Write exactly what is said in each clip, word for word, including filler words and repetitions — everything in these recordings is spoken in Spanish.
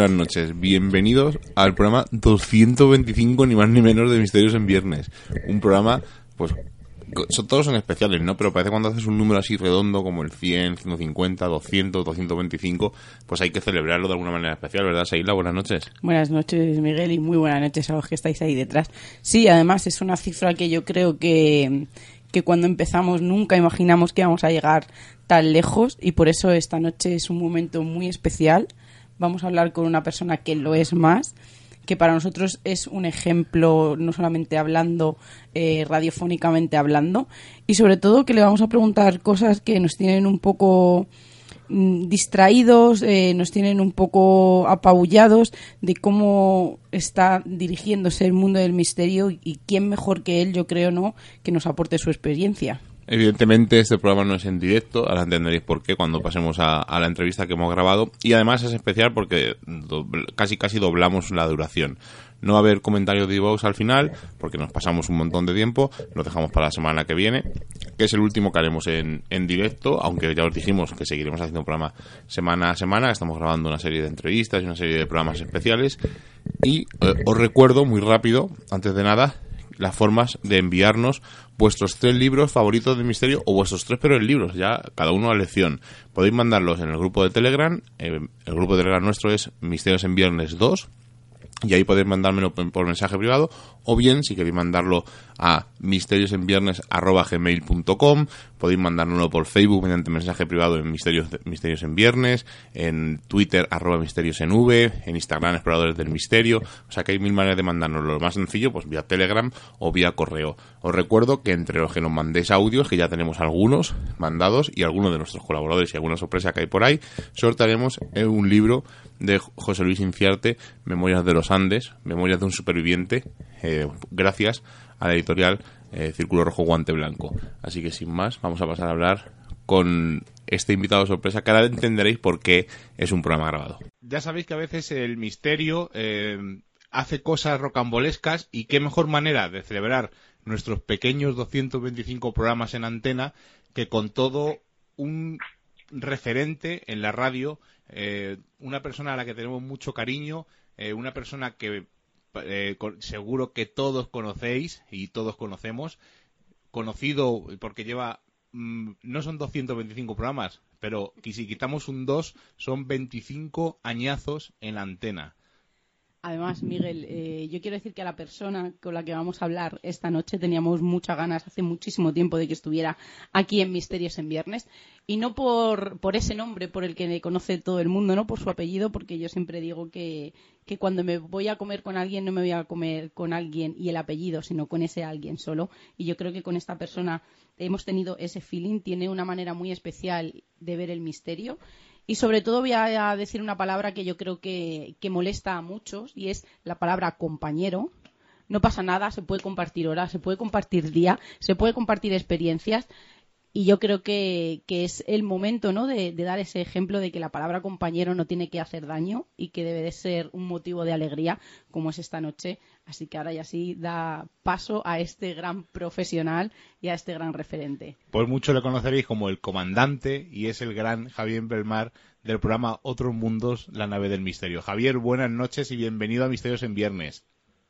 buenas noches. Bienvenidos al programa doscientos veinticinco, ni más ni menos, de Misterios en Viernes. Un programa, pues, son, todos son especiales, ¿no? Pero parece cuando haces un número así redondo, como el cien, ciento cincuenta, doscientos, doscientos veinticinco, pues hay que celebrarlo de alguna manera especial, ¿verdad, Seila? Buenas noches. Buenas noches, Miguel, y muy buenas noches a los que estáis ahí detrás. Sí, además es una cifra que yo creo que, que cuando empezamos nunca imaginamos que íbamos a llegar tan lejos, y por eso esta noche es un momento muy especial. Vamos a hablar con una persona que lo es más, que para nosotros es un ejemplo, no solamente hablando, eh, radiofónicamente hablando, y sobre todo que le vamos a preguntar cosas que nos tienen un poco mm, distraídos, eh, nos tienen un poco apabullados de cómo está dirigiéndose el mundo del misterio, y quién mejor que él, yo creo, ¿no?, que nos aporte su experiencia. Evidentemente este programa no es en directo, ahora entenderéis por qué cuando pasemos a, a la entrevista que hemos grabado, y además es especial porque do, casi casi doblamos la duración. No va a haber comentarios de iVoox al final, porque nos pasamos un montón de tiempo, nos dejamos para la semana que viene, que es el último que haremos en, en directo, aunque ya os dijimos que seguiremos haciendo un programa semana a semana, estamos grabando una serie de entrevistas y una serie de programas especiales, y eh, os recuerdo muy rápido, antes de nada, las formas de enviarnos vuestros tres libros favoritos de misterio, o vuestros tres peores libros, ya cada uno a elección. Podéis mandarlos en el grupo de Telegram, eh, el grupo de Telegram nuestro es Misterios en Viernes dos, y ahí podéis mandármelo por mensaje privado, o bien, si queréis mandarlo a misteriosenviernes arroba gmail punto com, podéis mandárnoslo por Facebook mediante mensaje privado en Misterios, Misterios en Viernes, en Twitter arroba Misterios en V, en Instagram Exploradores del Misterio. O sea que hay mil maneras de mandárnoslo. Lo más sencillo, pues vía Telegram o vía correo. Os recuerdo que entre los que nos mandéis audios, que ya tenemos algunos mandados, y algunos de nuestros colaboradores y alguna sorpresa que hay por ahí, sortearemos un libro de José Luis Inciarte, Memorias de los Andes, Memorias de un superviviente, eh, gracias a la editorial eh, Círculo Rojo Guante Blanco. Así que sin más, vamos a pasar a hablar con este invitado sorpresa, que ahora entenderéis por qué es un programa grabado. Ya sabéis que a veces el misterio eh, hace cosas rocambolescas, y qué mejor manera de celebrar nuestros pequeños doscientos veinticinco programas en antena que con todo un referente en la radio, eh, una persona a la que tenemos mucho cariño, eh, una persona que eh, con, seguro que todos conocéis y todos conocemos, conocido porque lleva, mmm, no son doscientos veinticinco programas, pero si quitamos un dos, son veinticinco añazos en la antena. Además, Miguel, eh, yo quiero decir que a la persona con la que vamos a hablar esta noche teníamos muchas ganas hace muchísimo tiempo de que estuviera aquí en Misterios en Viernes, y no por, por ese nombre por el que me conoce todo el mundo, no por su apellido, porque yo siempre digo que, que cuando me voy a comer con alguien no me voy a comer con alguien y el apellido, sino con ese alguien solo, y yo creo que con esta persona hemos tenido ese feeling. Tiene una manera muy especial de ver el misterio. Y sobre todo voy a decir una palabra que yo creo que, que molesta a muchos, y es la palabra compañero. No pasa nada, se puede compartir horas, se puede compartir día, se puede compartir experiencias, y yo creo que, que es el momento, ¿no?, de, de dar ese ejemplo de que la palabra compañero no tiene que hacer daño y que debe de ser un motivo de alegría, como es esta noche. Así que ahora ya sí da paso a este gran profesional y a este gran referente. Pues mucho le conoceréis como el comandante, y es el gran Javier Belmar del programa Otros Mundos, la nave del misterio. Javier, buenas noches y bienvenido a Misterios en Viernes.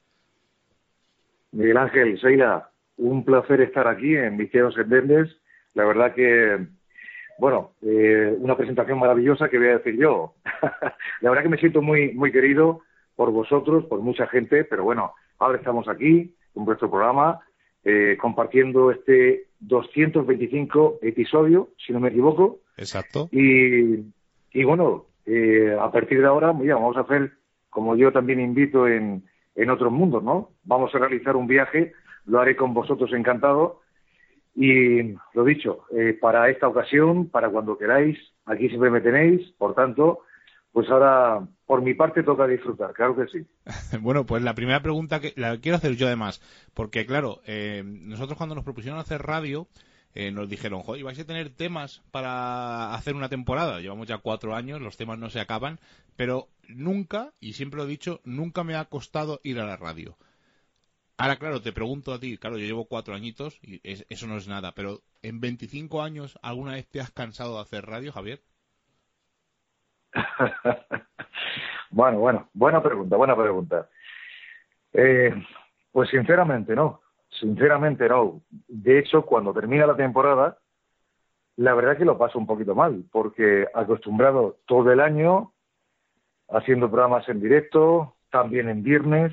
Miguel Ángel, Seila, un placer estar aquí en Misterios en Viernes. La verdad que, bueno, eh, una presentación maravillosa que voy a decir yo. La verdad que me siento muy muy querido por vosotros, por mucha gente, pero bueno, ahora estamos aquí en vuestro programa, eh, compartiendo este doscientos veinticinco episodio, si no me equivoco. Exacto. Y, y bueno, eh, a partir de ahora, mira, vamos a hacer, como yo también invito en, en Otros Mundos, ¿no? Vamos a realizar un viaje, lo haré con vosotros encantado. Y lo dicho, eh, para esta ocasión, para cuando queráis, aquí siempre me tenéis. Por tanto, pues ahora, por mi parte, toca disfrutar, claro que sí. Bueno, pues la primera pregunta que la quiero hacer yo además, porque claro, eh, nosotros cuando nos propusieron hacer radio, eh, nos dijeron, joder, vais a tener temas para hacer una temporada. Llevamos ya cuatro años, los temas no se acaban, pero nunca, y siempre lo he dicho, nunca me ha costado ir a la radio. Ahora, claro, te pregunto a ti, claro, yo llevo cuatro añitos y es, eso no es nada, pero ¿en veinticinco años alguna vez te has cansado de hacer radio, Javier? Bueno, bueno, buena pregunta, buena pregunta. Eh, pues sinceramente no, sinceramente no. De hecho, cuando termina la temporada, la verdad es que lo paso un poquito mal, porque acostumbrado todo el año, haciendo programas en directo, también en viernes,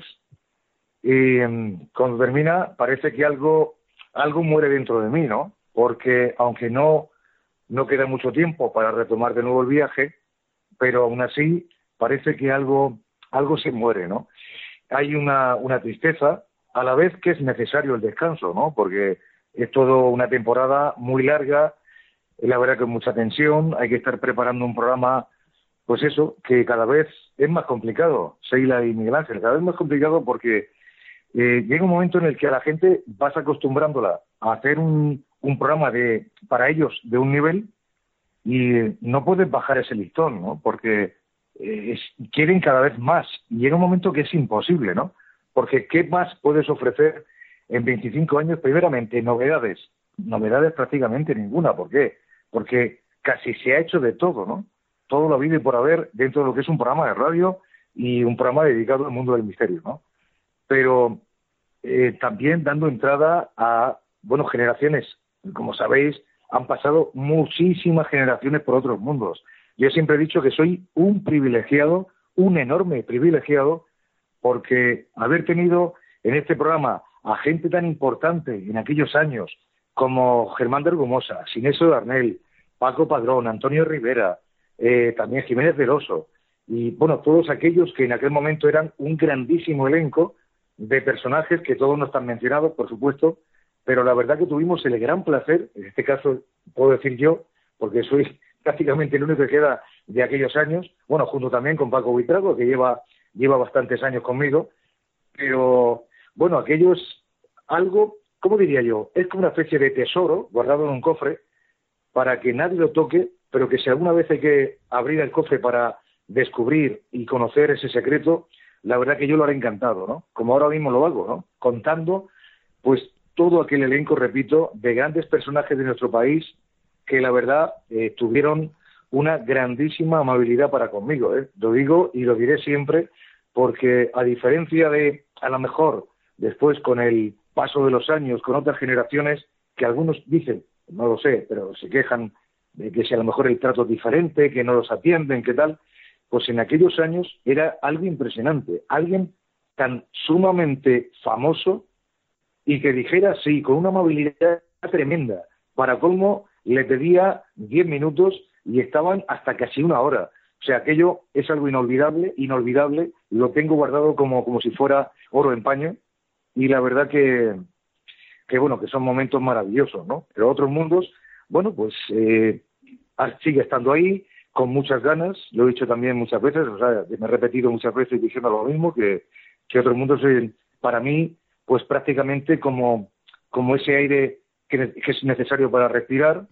y um, cuando termina parece que algo, algo muere dentro de mí, ¿no? Porque aunque no, no queda mucho tiempo para retomar de nuevo el viaje, pero aún así parece que algo, algo se muere, ¿no? Hay una, una tristeza, a la vez que es necesario el descanso, ¿no? Porque es todo una temporada muy larga, la verdad que con mucha tensión, hay que estar preparando un programa, pues eso, que cada vez es más complicado, Sheila y Miguel Ángel, cada vez más complicado porque eh, llega un momento en el que a la gente vas acostumbrándola a hacer un, un programa de para ellos de un nivel y no puedes bajar ese listón, ¿no? Porque eh, es, quieren cada vez más y llega un momento que es imposible, ¿no? Porque ¿qué más puedes ofrecer en veinticinco años? Primeramente, novedades. Novedades prácticamente ninguna. ¿Por qué? Porque casi se ha hecho de todo, ¿no? Todo lo habido y por haber dentro de lo que es un programa de radio y un programa dedicado al mundo del misterio, ¿no? Pero eh, también dando entrada a, bueno, generaciones, como sabéis, han pasado muchísimas generaciones por otros mundos. Yo siempre he dicho que soy un privilegiado, un enorme privilegiado, porque haber tenido en este programa a gente tan importante en aquellos años como Germán de Argumosa, Sinesio Darnell, Paco Padrón, Antonio Rivera, eh, también Jiménez del Oso, y bueno, todos aquellos que en aquel momento eran un grandísimo elenco de personajes que todos no están mencionados, por supuesto, pero la verdad que tuvimos el gran placer, en este caso puedo decir yo, porque soy prácticamente el único que queda de aquellos años, bueno, junto también con Paco Buitrago, que lleva, lleva bastantes años conmigo, pero bueno, aquello es algo, ¿cómo diría yo? Es como una especie de tesoro guardado en un cofre para que nadie lo toque, pero que si alguna vez hay que abrir el cofre para descubrir y conocer ese secreto, la verdad que yo lo haré encantado, ¿no? Como ahora mismo lo hago, ¿no? Contando, pues, todo aquel elenco, repito, de grandes personajes de nuestro país que la verdad eh, tuvieron una grandísima amabilidad para conmigo, ¿eh? Lo digo y lo diré siempre porque a diferencia de, a lo mejor, después con el paso de los años, con otras generaciones que algunos dicen, no lo sé, pero se quejan de que si a lo mejor el trato es diferente, que no los atienden, qué tal, pues en aquellos años era algo impresionante, alguien tan sumamente famoso y que dijera sí, con una amabilidad tremenda. Para colmo, le pedía diez minutos y estaban hasta casi una hora. O sea, aquello es algo inolvidable, inolvidable, lo tengo guardado como, como si fuera oro en paño, y la verdad que, que, bueno, que son momentos maravillosos, ¿no? Pero otros mundos, bueno, pues eh, sigue estando ahí, con muchas ganas, lo he dicho también muchas veces, o sea, me he repetido muchas veces diciendo lo mismo, que, que otros mundos, eh, para mí, pues prácticamente como, como ese aire que, que es necesario para respirar,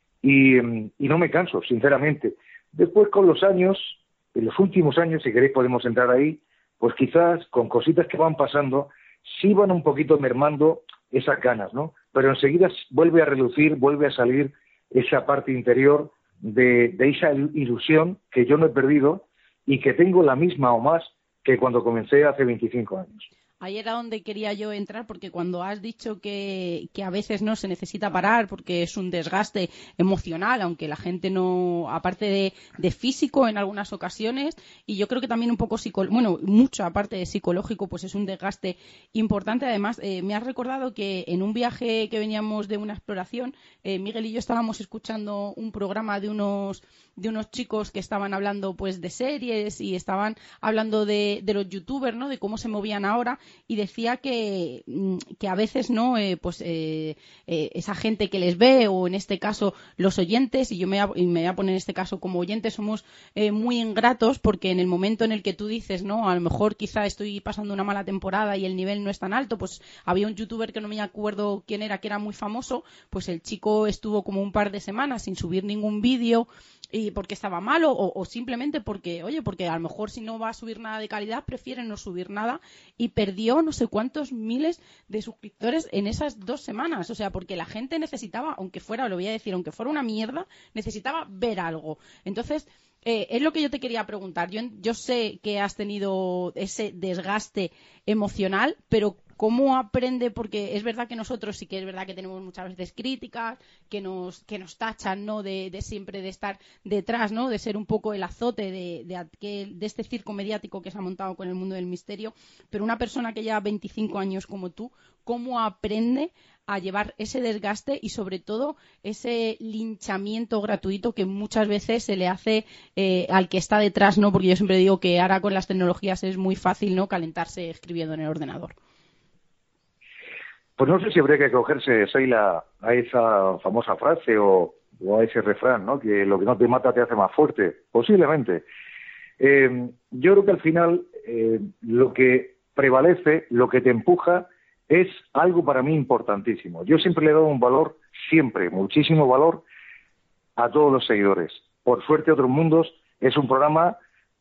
y, y no me canso, sinceramente. Después, con los años, en los últimos años, si queréis podemos entrar ahí, pues quizás con cositas que van pasando, sí van un poquito mermando esas ganas, ¿no? Pero enseguida vuelve a relucir, vuelve a salir esa parte interior de, de esa ilusión que yo no he perdido y que tengo la misma o más que cuando comencé hace veinticinco años. Ahí era donde quería yo entrar, porque cuando has dicho que, que a veces no se necesita parar porque es un desgaste emocional, aunque la gente no, aparte de, de físico en algunas ocasiones, y yo creo que también un poco psicológico, bueno, mucho aparte de psicológico, pues es un desgaste importante. Además, eh, me has recordado que en un viaje que veníamos de una exploración, eh, Miguel y yo estábamos escuchando un programa de unos de unos chicos que estaban hablando pues de series y estaban hablando de, de los youtubers, ¿no? De cómo se movían ahora, y decía que, que a veces no eh, pues eh, eh, esa gente que les ve, o en este caso los oyentes, y yo me, y me voy a poner en este caso como oyentes, somos eh, muy ingratos, porque en el momento en el que tú dices, no, a lo mejor quizá estoy pasando una mala temporada y el nivel no es tan alto, pues había un youtuber que no me acuerdo quién era, que era muy famoso, pues el chico estuvo como un par de semanas sin subir ningún vídeo, y porque estaba malo o, o simplemente porque, oye, porque a lo mejor si no va a subir nada de calidad prefieren no subir nada, y perdió no sé cuántos miles de suscriptores en esas dos semanas, o sea, porque la gente necesitaba, aunque fuera, lo voy a decir, aunque fuera una mierda, necesitaba ver algo. Entonces, eh, es lo que yo te quería preguntar. Yo, yo sé que has tenido ese desgaste emocional, pero ¿cómo aprende? Porque es verdad que nosotros sí que es verdad que tenemos muchas veces críticas, que nos que nos tachan, ¿no? De, de siempre de estar detrás, ¿no? De ser un poco el azote de, de, aquel, de este circo mediático que se ha montado con el mundo del misterio. Pero una persona que lleva veinticinco años como tú, ¿cómo aprende a llevar ese desgaste y sobre todo ese linchamiento gratuito que muchas veces se le hace eh, al que está detrás, ¿no? Porque yo siempre digo que ahora con las tecnologías es muy fácil, ¿no? Calentarse escribiendo en el ordenador. Pues no sé si habría que acogerse, Sheila, a esa famosa frase o, o a ese refrán, ¿no? Que lo que no te mata te hace más fuerte. Posiblemente. Eh, yo creo que al final eh, lo que prevalece, lo que te empuja, es algo para mí importantísimo. Yo siempre le he dado un valor, siempre, muchísimo valor, a todos los seguidores. Por suerte, Otros Mundos es un programa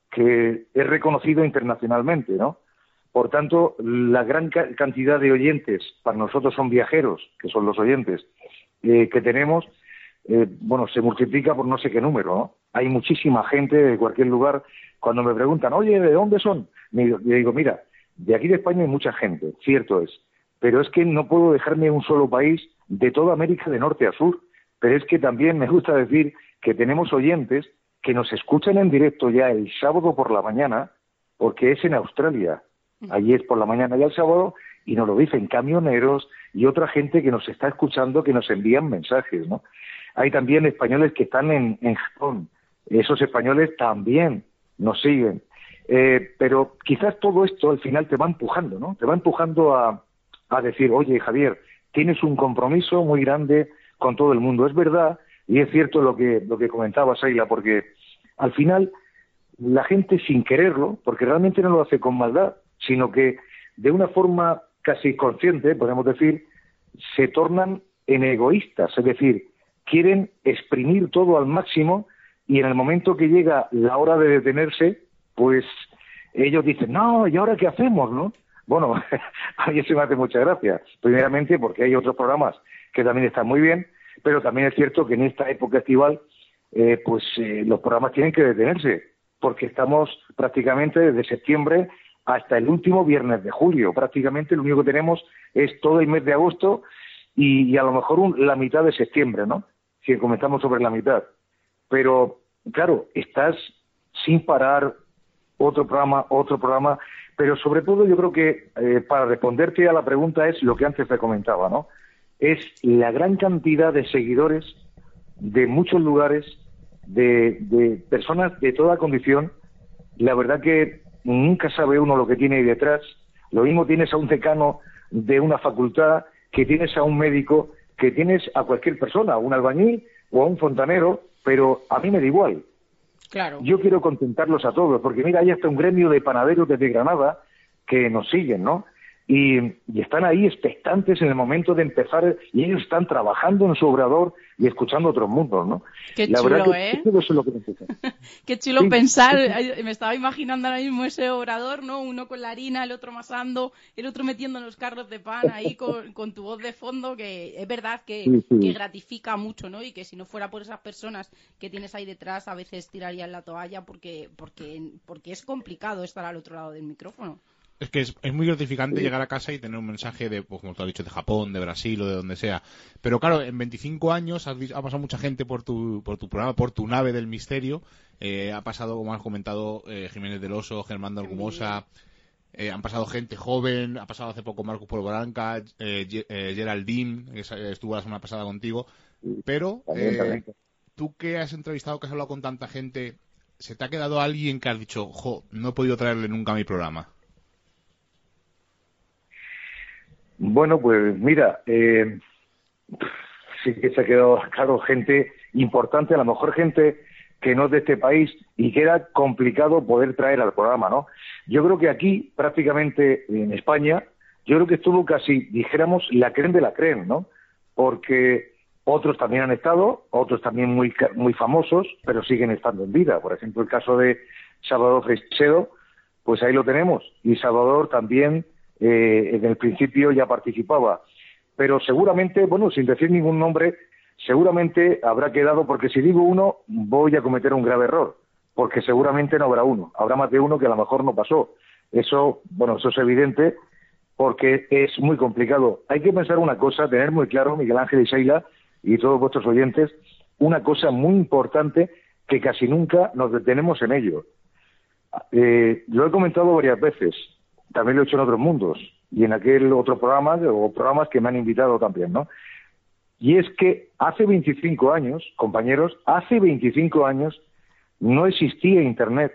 que es reconocido internacionalmente, ¿no? Por tanto, la gran ca- cantidad de oyentes, para nosotros son viajeros, que son los oyentes, eh, que tenemos, eh, bueno, se multiplica por no sé qué número, ¿no? Hay muchísima gente de cualquier lugar. Cuando me preguntan, oye, ¿de dónde son? Me digo, le digo, mira, de aquí de España hay mucha gente, cierto es, pero es que no puedo dejarme un solo país de toda América de norte a sur. Pero es que también me gusta decir que tenemos oyentes que nos escuchan en directo ya el sábado por la mañana, porque es en Australia. Allí es por la mañana ya el sábado, y nos lo dicen camioneros y otra gente que nos está escuchando, que nos envían mensajes, ¿no? Hay también españoles que están en, en Japón. Esos españoles también nos siguen. Eh, pero quizás todo esto al final te va empujando, ¿no? Te va empujando a, a decir, oye, Javier, tienes un compromiso muy grande con todo el mundo. Es verdad, y es cierto lo que, lo que comentaba Sheila, porque al final la gente sin quererlo, porque realmente no lo hace con maldad, sino que de una forma casi consciente, podemos decir, se tornan en egoístas, es decir, quieren exprimir todo al máximo, y en el momento que llega la hora de detenerse, pues ellos dicen, no, ¿y ahora qué hacemos, no? Bueno, a mí eso me hace mucha gracia, primeramente porque hay otros programas que también están muy bien, pero también es cierto que en esta época estival, eh, pues eh, los programas tienen que detenerse, porque estamos prácticamente desde septiembre hasta el último viernes de julio. Prácticamente lo único que tenemos es todo el mes de agosto y, y a lo mejor un, la mitad de septiembre, ¿no? Si comenzamos sobre la mitad. Pero, claro, estás sin parar, otro programa, otro programa, pero sobre todo yo creo que eh, para responderte a la pregunta es lo que antes te comentaba, ¿no? Es la gran cantidad de seguidores de muchos lugares, de, de personas de toda condición. La verdad que nunca sabe uno lo que tiene ahí detrás. Lo mismo tienes a un decano de una facultad, que tienes a un médico, que tienes a cualquier persona, a un albañil o a un fontanero, pero a mí me da igual. Claro. Yo quiero contentarlos a todos, porque mira, hay hasta un gremio de panaderos desde Granada que nos siguen, ¿no? Y, y están ahí expectantes en el momento de empezar, y ellos están trabajando en su obrador y escuchando otros mundos, ¿no? Qué la chulo, verdad que ¿eh? todo eso es lo que necesitan. Qué chulo Sí, pensar, sí, sí. me estaba imaginando ahora mismo ese obrador, ¿no? Uno con la harina, el otro masando, el otro metiendo en los carros de pan ahí con, con tu voz de fondo, que es verdad que, Sí, sí. que gratifica mucho, ¿no? Y que si no fuera por esas personas que tienes ahí detrás, a veces tirarían la toalla porque, porque, porque es complicado estar al otro lado del micrófono. Es que es, es muy gratificante Sí. llegar a casa y tener un mensaje de, pues, como tú has dicho, de Japón, de Brasil o de donde sea. Pero claro, en veinticinco años has vis- ha pasado mucha gente por tu, por tu programa, por tu nave del misterio. Eh, ha pasado, como has comentado, eh, Jiménez del Oso, Germán de Argumosa. Eh, han pasado gente joven, ha pasado hace poco Marcos Polo Branca, eh, Ge- eh, Geraldine, que sa- estuvo la semana pasada contigo. Pero También, eh, también. tú que has entrevistado, que has hablado con tanta gente, ¿se te ha quedado alguien que has dicho, jo, no he podido traerle nunca a mi programa? Bueno, pues mira, eh, sí que se ha quedado claro gente importante, a lo mejor gente que no es de este país y que era complicado poder traer al programa, ¿no? Yo creo que aquí, prácticamente en España, yo creo que estuvo casi, dijéramos, la creen de la creen, ¿no? Porque Otros también han estado, otros también muy muy famosos, pero siguen estando en vida. Por ejemplo, el caso de Salvador Freixedo, pues ahí lo tenemos. Y Salvador también, eh, en el principio ya participaba. Pero seguramente, bueno, sin decir ningún nombre, seguramente habrá quedado, porque si digo uno, voy a cometer un grave error, porque seguramente no habrá uno. Habrá más de uno que a lo mejor no pasó. Eso, bueno, eso es evidente, porque es muy complicado. Hay que pensar una cosa, tener muy claro, Miguel Ángel y Sheila, y todos vuestros oyentes, una cosa muy importante que casi nunca nos detenemos en ello. Eh, lo he comentado varias veces, también lo he hecho en otros mundos, y en aquel otro programa, o programas que me han invitado también, ¿no? Y es que hace veinticinco años, compañeros, hace veinticinco años no existía Internet.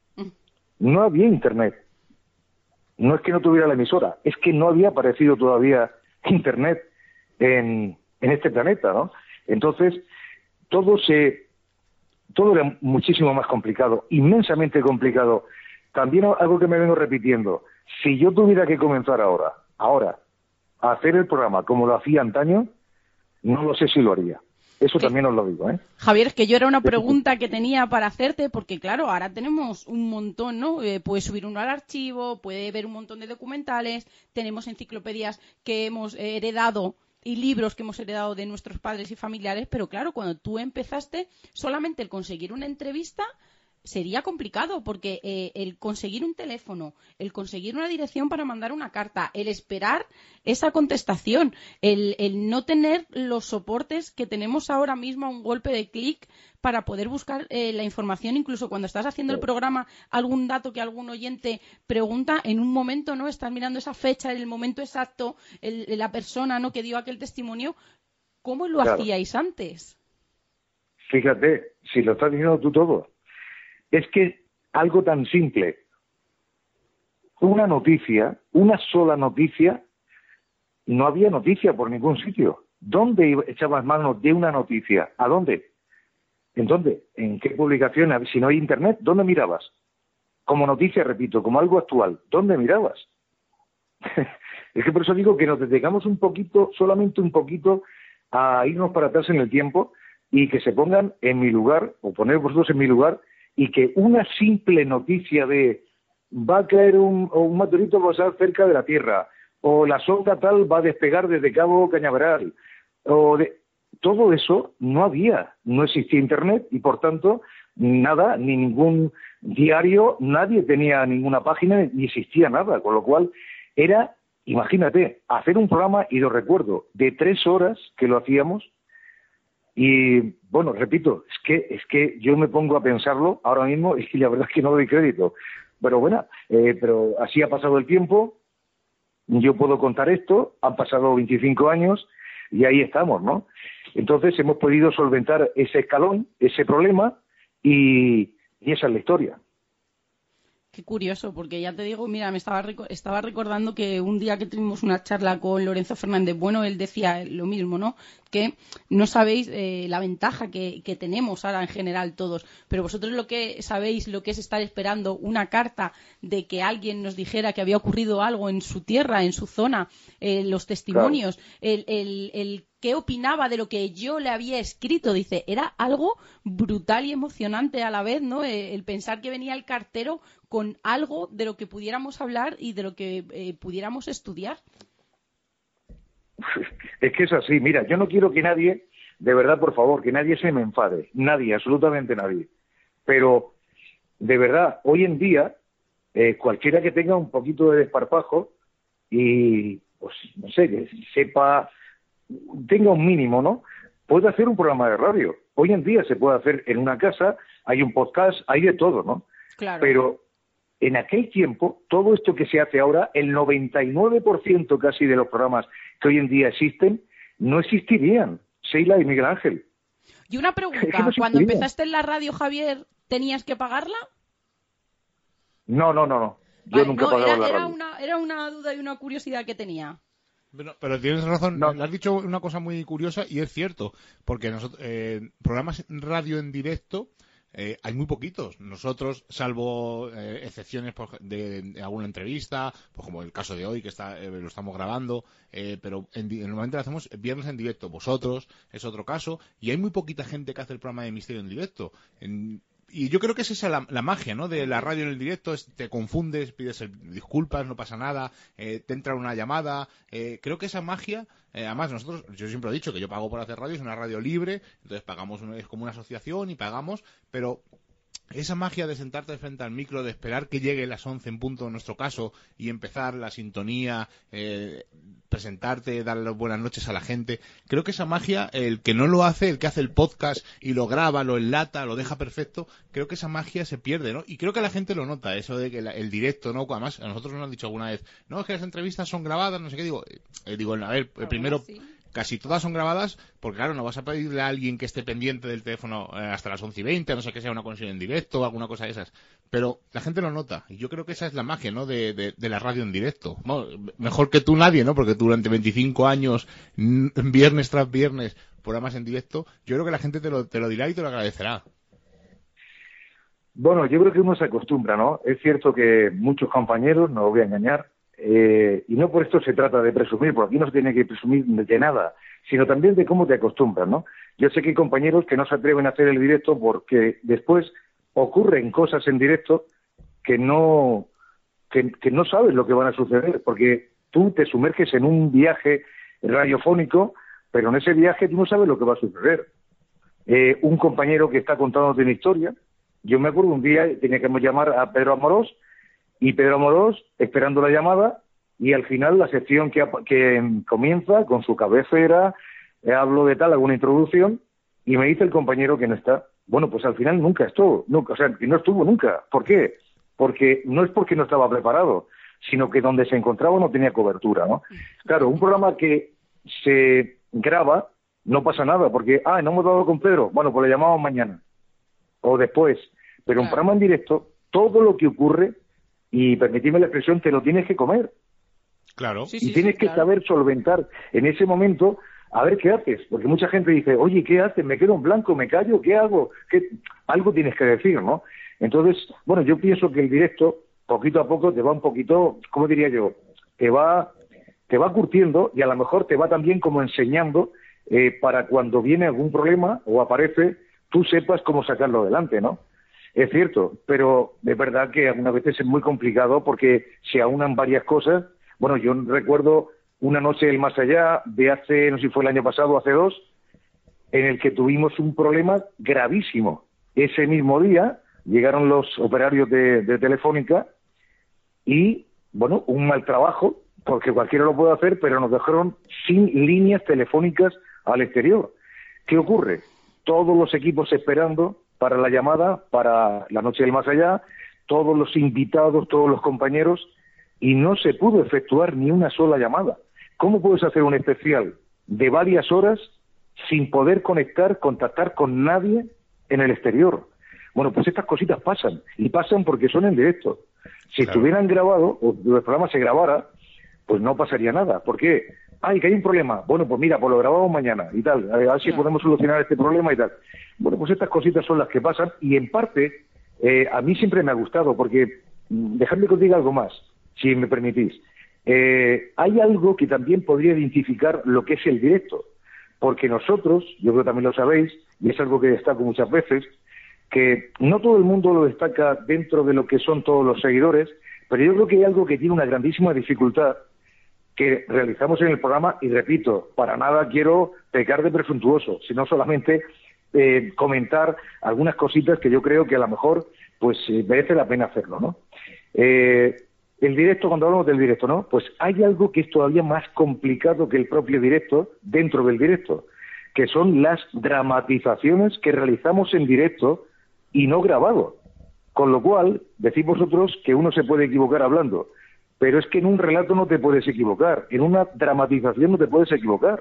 No había Internet. No es que no tuviera la emisora, es que no había aparecido todavía Internet en... en este planeta, ¿no? Entonces, todo se, todo era muchísimo más complicado, inmensamente complicado. También algo que me vengo repitiendo, si yo tuviera que comenzar ahora, ahora, a hacer el programa como lo hacía antaño, no lo sé si lo haría. Eso también os lo digo, ¿eh? Javier, es que yo era una pregunta que tenía para hacerte, porque claro, ahora tenemos un montón, ¿no? Eh, puedes subir uno al archivo, puede ver un montón de documentales, tenemos enciclopedias que hemos eh, heredado y libros que hemos heredado de nuestros padres y familiares, pero claro, cuando tú empezaste, solamente el conseguir una entrevista sería complicado, porque eh, el conseguir un teléfono, el conseguir una dirección para mandar una carta, el esperar esa contestación, el, el no tener los soportes que tenemos ahora mismo a un golpe de clic para poder buscar eh, la información, incluso cuando estás haciendo el programa, algún dato que algún oyente pregunta, en un momento, ¿no? Estás mirando esa fecha, en el momento exacto, el, la persona, ¿no?, que dio aquel testimonio. ¿Cómo lo Claro. hacíais antes? Fíjate, si lo estás diciendo tú todo. Es que algo tan simple, una noticia, una sola noticia, no había noticia por ningún sitio. ¿Dónde iba- echabas manos de una noticia? ¿A dónde? ¿En dónde? ¿En qué publicación? Si no hay internet, ¿dónde mirabas? Como noticia, repito, como algo actual, ¿dónde mirabas? Es que por eso digo que nos detengamos un poquito, solamente un poquito, a irnos para atrás en el tiempo y que se pongan en mi lugar, o poner vosotros en mi lugar, y que una simple noticia de va a caer un, o un meteorito pasar cerca de la Tierra, o la sonda tal va a despegar desde Cabo Cañaveral, o de, todo eso no había, no existía Internet y por tanto nada, ni ningún diario, nadie tenía ninguna página, ni existía nada, con lo cual era, imagínate, hacer un programa, y lo recuerdo, de tres horas que lo hacíamos. Y, bueno, repito, es que es que yo me pongo a pensarlo ahora mismo y la verdad es que no doy crédito. Pero bueno, eh, pero así ha pasado el tiempo, yo puedo contar esto, han pasado veinticinco años y ahí estamos, ¿no? Entonces hemos podido solventar ese escalón, ese problema, y, y esa es la historia. Qué curioso, porque ya te digo, mira, me estaba, reco- estaba recordando que un día que tuvimos una charla con Lorenzo Fernández Bueno, él decía lo mismo, ¿no? Que no sabéis eh, la ventaja que, que tenemos ahora en general todos, pero vosotros lo que sabéis, lo que es estar esperando una carta de que alguien nos dijera que había ocurrido algo en su tierra, en su zona, eh, los testimonios, el, el, el qué opinaba de lo que yo le había escrito. Dice, era algo brutal y emocionante a la vez, ¿no? Eh, el pensar que venía el cartero con algo de lo que pudiéramos hablar y de lo que eh, pudiéramos estudiar. Es que es así, mira, yo no quiero que nadie, de verdad, por favor, que nadie se me enfade, nadie, absolutamente nadie. Pero, de verdad, hoy en día, eh, cualquiera que tenga un poquito de desparpajo y, pues, no sé, que sepa, tenga un mínimo, ¿no?, puede hacer un programa de radio. Hoy en día se puede hacer en una casa, hay un podcast, hay de todo, ¿no? Claro. Pero en aquel tiempo, todo esto que se hace ahora, el noventa y nueve por ciento casi de los programas que hoy en día existen, no existirían. Sheila y Miguel Ángel. Y una pregunta, Es que no cuando existiría. empezaste en la radio, Javier, ¿tenías que pagarla? No, no, no, no. Yo Vale, nunca no, he pagado era, la era radio. una, era una duda y una curiosidad que tenía. Pero, pero tienes razón, No. le has dicho una cosa muy curiosa y es cierto, porque nosotros, eh, programas radio en directo, eh, hay muy poquitos. Nosotros, salvo eh, excepciones por, de, de alguna entrevista, pues como el caso de hoy, que está eh, lo estamos grabando, eh, pero en, normalmente lo hacemos viernes en directo. Vosotros es otro caso, y hay muy poquita gente que hace el programa de misterio en directo. En, Y yo creo que esa es la, la magia, ¿no? De la radio en el directo, es, te confundes, pides el, disculpas, no pasa nada, eh, te entra una llamada. Eh, creo que esa magia, eh, además nosotros, yo siempre he dicho que yo pago por hacer radio, es una radio libre, entonces pagamos, es como una asociación y pagamos, pero esa magia de sentarte frente al micro, de esperar que llegue las once en punto en nuestro caso y empezar la sintonía, eh, presentarte, dar las buenas noches a la gente, creo que esa magia, el que no lo hace, el que hace el podcast y lo graba, lo enlata, lo deja perfecto, creo que esa magia se pierde, ¿no? Y creo que la gente lo nota, eso de que la, el directo, ¿no? Además, a nosotros nos han dicho alguna vez, no, es que las entrevistas son grabadas, no sé qué, digo, eh, digo, a ver, eh, primero... Sí. Casi todas son grabadas, porque claro, no vas a pedirle a alguien que esté pendiente del teléfono eh, hasta las once y veinte, a no sé que sea una conexión en directo o alguna cosa de esas. Pero la gente lo nota, y yo creo que esa es la magia, ¿no? De, de, de la radio en directo. Bueno, mejor que tú nadie, ¿no? Porque tú durante veinticinco años, viernes tras viernes, programas en directo, yo creo que la gente te lo, te lo dirá y te lo agradecerá. Bueno, yo creo que uno se acostumbra, ¿no? Es cierto que muchos compañeros, no os voy a engañar, Eh, y no por esto se trata de presumir, porque aquí no se tiene que presumir de nada, sino también de cómo te acostumbras, ¿no? Yo sé que hay compañeros que no se atreven a hacer el directo porque después ocurren cosas en directo que no que, que no sabes lo que van a suceder, porque tú te sumerges en un viaje radiofónico, pero en ese viaje tú no sabes lo que va a suceder. Eh, un compañero que está contándote una historia, yo me acuerdo un día tenía que llamar a Pedro Amorós, y Pedro Amorós esperando la llamada, y al final la sección que, que comienza con su cabecera, eh, hablo de tal, alguna introducción, y me dice el compañero que no está. Bueno, pues al final nunca estuvo, nunca, o sea, que no estuvo nunca. ¿Por qué? Porque no es porque no estaba preparado, sino que donde se encontraba no tenía cobertura, ¿no? Claro, un programa que se graba, no pasa nada, porque, ah, no hemos dado con Pedro, bueno, pues le llamamos mañana, o después. Pero un programa en directo, todo lo que ocurre, y permitidme la expresión, te lo tienes que comer. Claro. Y sí, sí, tienes sí, que claro. saber solventar en ese momento a ver qué haces. Porque mucha gente dice, oye, ¿qué haces? ¿Me quedo en blanco? ¿Me callo? ¿Qué hago? ¿Qué? Algo tienes que decir, ¿no? Entonces, bueno, yo pienso que el directo, poquito a poco, te va un poquito, ¿cómo diría yo? Te va, te va curtiendo y a lo mejor te va también como enseñando eh, para cuando viene algún problema o aparece, tú sepas cómo sacarlo adelante, ¿no? Es cierto, pero es verdad que algunas veces es muy complicado porque se aunan varias cosas. Bueno, yo recuerdo una noche del más allá de hace, no sé si fue el año pasado o hace dos, en el que tuvimos un problema gravísimo. Ese mismo día llegaron los operarios de, de Telefónica y, bueno, un mal trabajo, porque cualquiera lo puede hacer, pero nos dejaron sin líneas telefónicas al exterior. ¿Qué ocurre? Todos los equipos esperando para la llamada, para la noche del más allá, todos los invitados, todos los compañeros, y no se pudo efectuar ni una sola llamada. ¿Cómo puedes hacer un especial de varias horas sin poder conectar, contactar con nadie en el exterior? Bueno, pues estas cositas pasan, y pasan porque son en directo. Si claro. estuvieran grabados, o el programa se grabara, pues no pasaría nada. ¿Por qué? Ay, que hay un problema. Bueno, pues mira, pues lo grabamos mañana y tal. A ver si podemos solucionar este problema y tal. Bueno, pues estas cositas son las que pasan y en parte eh, a mí siempre me ha gustado porque, dejadme que os diga algo más, si me permitís. Eh, hay algo que también podría identificar lo que es el directo, porque nosotros, yo creo que también lo sabéis, y es algo que destaco muchas veces, que no todo el mundo lo destaca dentro de lo que son todos los seguidores, pero yo creo que hay algo que tiene una grandísima dificultad que realizamos en el programa, y repito, para nada quiero pecar de presuntuoso, sino solamente eh, comentar algunas cositas que yo creo que a lo mejor pues eh, merece la pena hacerlo, ¿no? Eh, el directo, cuando hablamos del directo, ¿no? Pues hay algo que es todavía más complicado que el propio directo dentro del directo, que son las dramatizaciones que realizamos en directo y no grabado. Con lo cual, decís vosotros que uno se puede equivocar hablando, pero es que en un relato no te puedes equivocar, en una dramatización no te puedes equivocar.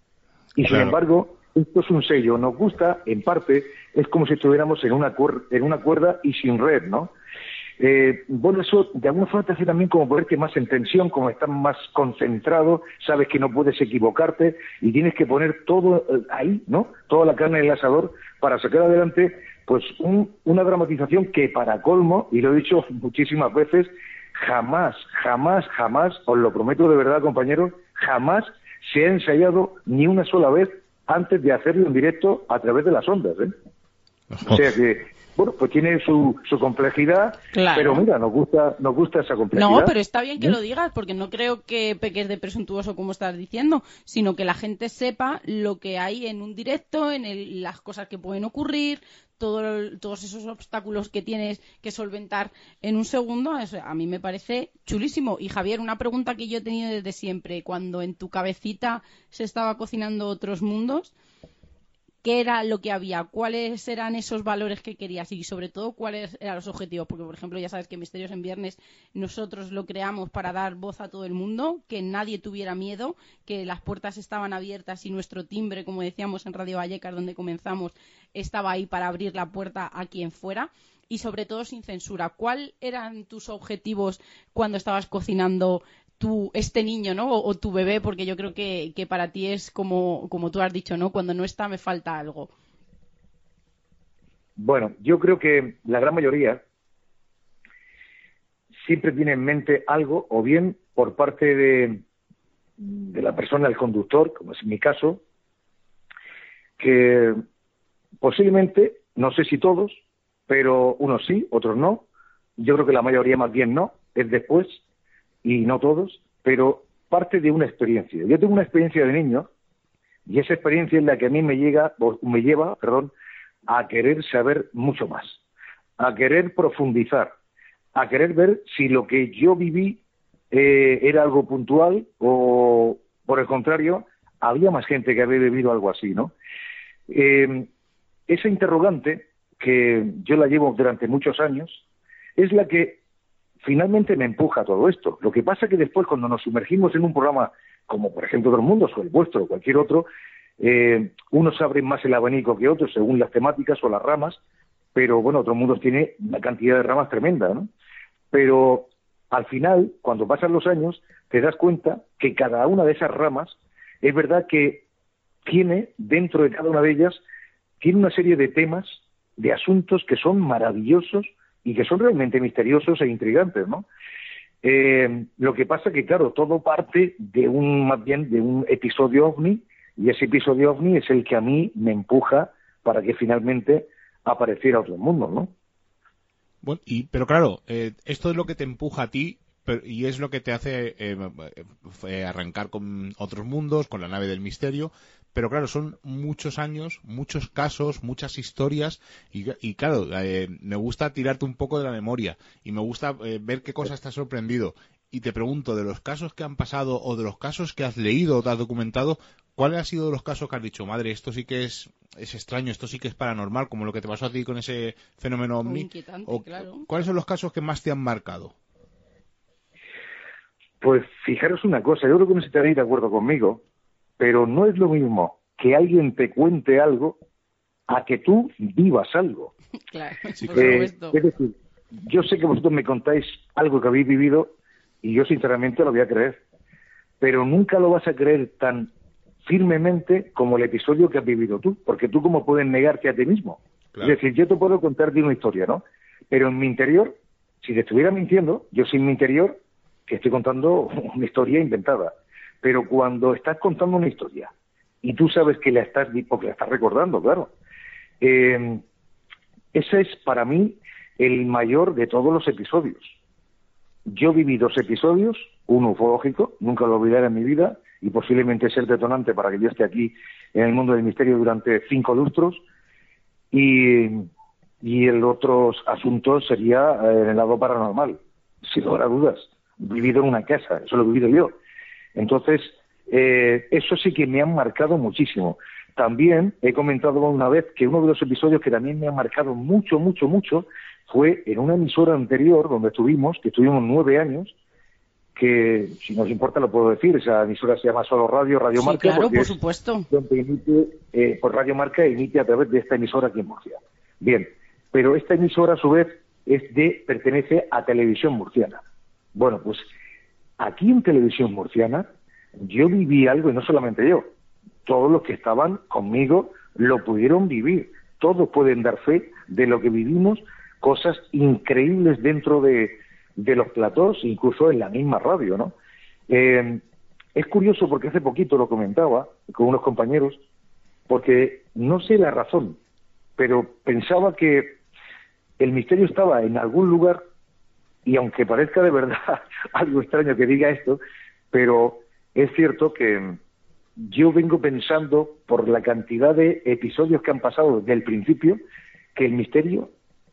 Y claro. Sin embargo, esto es un sello, nos gusta, en parte, es como si estuviéramos en una, cuer- en una cuerda y sin red, ¿no? Eh, bueno, eso de alguna forma te hace también como ponerte más en tensión, como estás más concentrado, sabes que no puedes equivocarte y tienes que poner todo eh, ahí, ¿no? Toda la carne en el asador para sacar adelante pues un, una dramatización que para colmo, y lo he dicho muchísimas veces, jamás, jamás, jamás, os lo prometo de verdad, compañeros, jamás se ha ensayado ni una sola vez antes de hacerlo en directo a través de las ondas, ¿eh? O sea que, bueno, pues tiene su, su complejidad, claro. Pero mira, nos gusta nos gusta esa complejidad. No, pero está bien que ¿Eh? lo digas, porque no creo que peques de presuntuoso como estás diciendo, sino que la gente sepa lo que hay en un directo, en el, las cosas que pueden ocurrir, todo, todos esos obstáculos que tienes que solventar en un segundo. Eso a mí me parece chulísimo. Y Javier, una pregunta que yo he tenido desde siempre, cuando en tu cabecita se estaba cocinando Otros Mundos, ¿qué era lo que había? ¿Cuáles eran esos valores que querías? Y sobre todo, ¿cuáles eran los objetivos? Porque, por ejemplo, ya sabes que Misterios en Viernes nosotros lo creamos para dar voz a todo el mundo, que nadie tuviera miedo, que las puertas estaban abiertas y nuestro timbre, como decíamos en Radio Vallecas, donde comenzamos, estaba ahí para abrir la puerta a quien fuera. Y sobre todo sin censura. ¿Cuáles eran tus objetivos cuando estabas cocinando tu, este niño, ¿no? O, o tu bebé, porque yo creo que, que para ti es como, como tú has dicho, ¿no? Cuando no está me falta algo. Bueno, yo creo que la gran mayoría siempre tiene en mente algo, o bien por parte de, de la persona, el conductor, como es mi caso, que posiblemente, no sé si todos, pero unos sí, otros no. Yo creo que la mayoría más bien no, es después, y no todos, pero parte de una experiencia. Yo tengo una experiencia de niño, y esa experiencia es la que a mí me llega, me lleva, perdón, a querer saber mucho más, a querer profundizar, a querer ver si lo que yo viví eh, era algo puntual o, por el contrario, había más gente que había vivido algo así, ¿no? Eh, esa interrogante, que yo la llevo durante muchos años, es la que finalmente me empuja a todo esto. Lo que pasa es que después, cuando nos sumergimos en un programa como, por ejemplo, Otros Mundos o el vuestro o cualquier otro, eh, unos abren más el abanico que otros según las temáticas o las ramas, pero bueno, Otros Mundos tiene una cantidad de ramas tremenda, ¿no? Pero al final, cuando pasan los años, te das cuenta que cada una de esas ramas es verdad que tiene, dentro de cada una de ellas, tiene una serie de temas, de asuntos que son maravillosos y que son realmente misteriosos e intrigantes, ¿no? Eh, lo que pasa que, claro, todo parte de un, más bien, de un episodio ovni, y ese episodio ovni es el que a mí me empuja para que finalmente apareciera Otros Mundos, ¿no? Bueno, y, pero claro, eh, esto es lo que te empuja a ti, pero, y es lo que te hace eh, eh, arrancar con Otros Mundos, con la nave del misterio. Pero claro, son muchos años, muchos casos, muchas historias y, y claro, eh, me gusta tirarte un poco de la memoria y me gusta eh, ver qué cosas te has sorprendido. Y te pregunto, de los casos que han pasado o de los casos que has leído o te has documentado, ¿cuál ha sido de los casos que has dicho, madre, esto sí que es, es extraño, esto sí que es paranormal, como lo que te pasó a ti con ese fenómeno ovni? Inquietante, o, claro. ¿Cuáles son los casos que más te han marcado? Pues fijaros una cosa, yo creo que no estaréis de acuerdo conmigo, pero no es lo mismo que alguien te cuente algo a que tú vivas algo. Claro, sí, por eh, supuesto. Es decir, yo sé que vosotros me contáis algo que habéis vivido y yo sinceramente lo voy a creer, pero nunca lo vas a creer tan firmemente como el episodio que has vivido tú, porque tú cómo puedes negarte a ti mismo. Claro. Es decir, yo te puedo contar de una historia, ¿no? Pero en mi interior, si te estuviera mintiendo, yo sin mi interior, que estoy contando una historia inventada. Pero cuando estás contando una historia y tú sabes que la estás, porque la estás recordando, claro, eh, ese es para mí el mayor de todos los episodios. Yo viví dos episodios, uno ufológico, nunca lo olvidaré en mi vida, y posiblemente ser detonante para que yo esté aquí en el mundo del misterio durante cinco lustros, y, y el otro asunto sería en el lado paranormal, sin lugar a dudas, vivido en una casa, eso lo he vivido yo. Entonces, eh, eso sí que me han marcado muchísimo. También he comentado una vez que uno de los episodios que también me ha marcado mucho, mucho, mucho, fue en una emisora anterior donde estuvimos, que estuvimos nueve años, que, si nos importa lo puedo decir, esa emisora se llama Solo Radio, Radio sí, Marca. Claro, por supuesto. Donde emite, eh, por Radio Marca emite a través de esta emisora aquí en Murcia. Bien, pero esta emisora a su vez es de, pertenece a Televisión Murciana. Bueno, pues aquí en Televisión Murciana yo viví algo, y no solamente yo, todos los que estaban conmigo lo pudieron vivir. Todos pueden dar fe de lo que vivimos, cosas increíbles dentro de, de los platós, incluso en la misma radio, ¿no? Eh, es curioso porque hace poquito lo comentaba con unos compañeros, porque no sé la razón, pero pensaba que el misterio estaba en algún lugar, y aunque parezca de verdad algo extraño que diga esto, pero es cierto que yo vengo pensando, por la cantidad de episodios que han pasado desde el principio, que el misterio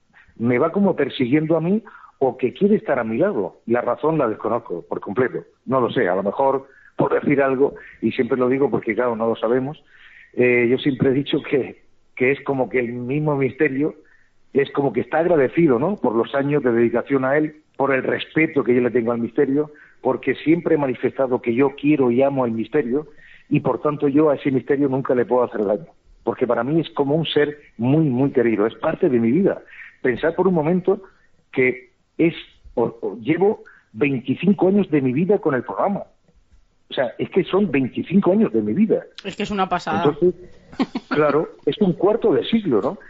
me va como persiguiendo a mí o que quiere estar a mi lado. La razón la desconozco por completo. No lo sé, a lo mejor por decir algo, y siempre lo digo porque, claro, no lo sabemos, eh, yo siempre he dicho que, que es como que el mismo misterio es como que está agradecido, ¿no?, por los años de dedicación a él, por el respeto que yo le tengo al misterio, porque siempre he manifestado que yo quiero y amo el misterio, y por tanto yo a ese misterio nunca le puedo hacer daño, porque para mí es como un ser muy, muy querido, es parte de mi vida. Pensar por un momento que es o, o llevo veinticinco años de mi vida con el programa. O sea, es que son veinticinco años de mi vida. Es que es una pasada. Entonces, claro, es un cuarto de siglo, ¿no?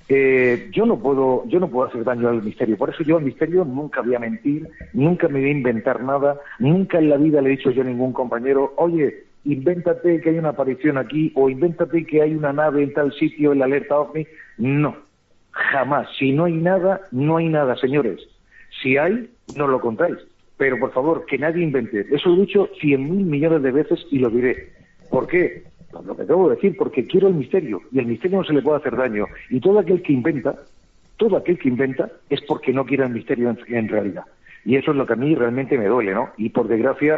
Eh, yo no puedo yo no puedo hacer daño al misterio, por eso yo al misterio nunca voy a mentir, nunca me voy a inventar nada, nunca en la vida le he dicho yo a ningún compañero, oye, invéntate que hay una aparición aquí, o invéntate que hay una nave en tal sitio, en la alerta OVNI. No, jamás. Si no hay nada, no hay nada, señores. Si hay, nos lo contáis, pero por favor, que nadie invente. Eso lo he dicho cien mil millones de veces y lo diré. ¿Por qué? Pues lo que acabo de decir, porque quiero el misterio, y el misterio no se le puede hacer daño. Y todo aquel que inventa, todo aquel que inventa, es porque no quiere el misterio en, en realidad. Y eso es lo que a mí realmente me duele, ¿no? Y por desgracia,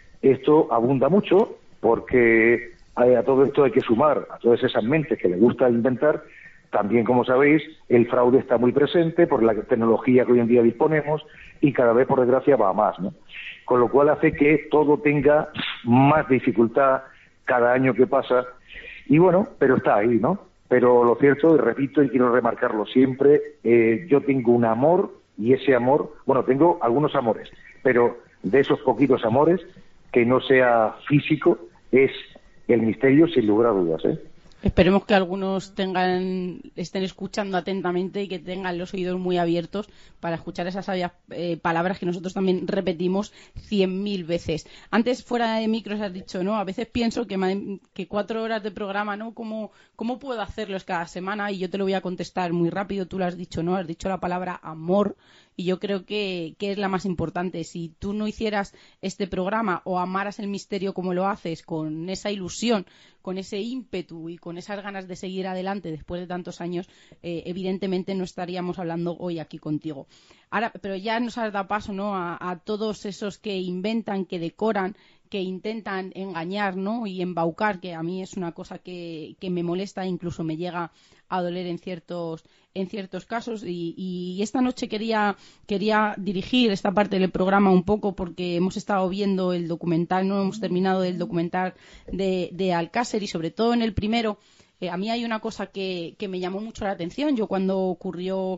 esto abunda mucho, porque a, a todo esto hay que sumar a todas esas mentes que les gusta inventar. También, como sabéis, el fraude está muy presente por la tecnología que hoy en día disponemos, y cada vez, por desgracia, va a más, ¿no? Con lo cual hace que todo tenga más dificultad cada año que pasa, y bueno, pero está ahí, ¿no? Pero lo cierto, y repito, y quiero remarcarlo siempre, eh, yo tengo un amor, y ese amor, bueno, tengo algunos amores, pero de esos poquitos amores, que no sea físico, es el misterio, sin lugar a dudas, ¿eh? Esperemos que algunos tengan, estén escuchando atentamente y que tengan los oídos muy abiertos para escuchar esas sabias eh, palabras que nosotros también repetimos cien mil veces. Antes, fuera de micros, has dicho, ¿no? A veces pienso que, que cuatro horas de programa, ¿no? ¿Cómo, ¿Cómo puedo hacerlos cada semana? Y yo te lo voy a contestar muy rápido. Tú lo has dicho, ¿no? Has dicho la palabra amor. Y yo creo que, que es la más importante. Si tú no hicieras este programa o amaras el misterio como lo haces, con esa ilusión, con ese ímpetu y con esas ganas de seguir adelante después de tantos años, eh, evidentemente no estaríamos hablando hoy aquí contigo. Ahora, pero ya nos has dado paso, ¿no?, a, a todos esos que inventan, que decoran, que intentan engañar, ¿no?, y embaucar, que a mí es una cosa que, que me molesta e incluso me llega a doler en ciertos en ciertos casos. Y, y esta noche quería quería dirigir esta parte del programa un poco, porque hemos estado viendo el documental, no hemos terminado el documental de, de Alcácer, y sobre todo en el primero, eh, a mí hay una cosa que, que me llamó mucho la atención. Yo cuando ocurrió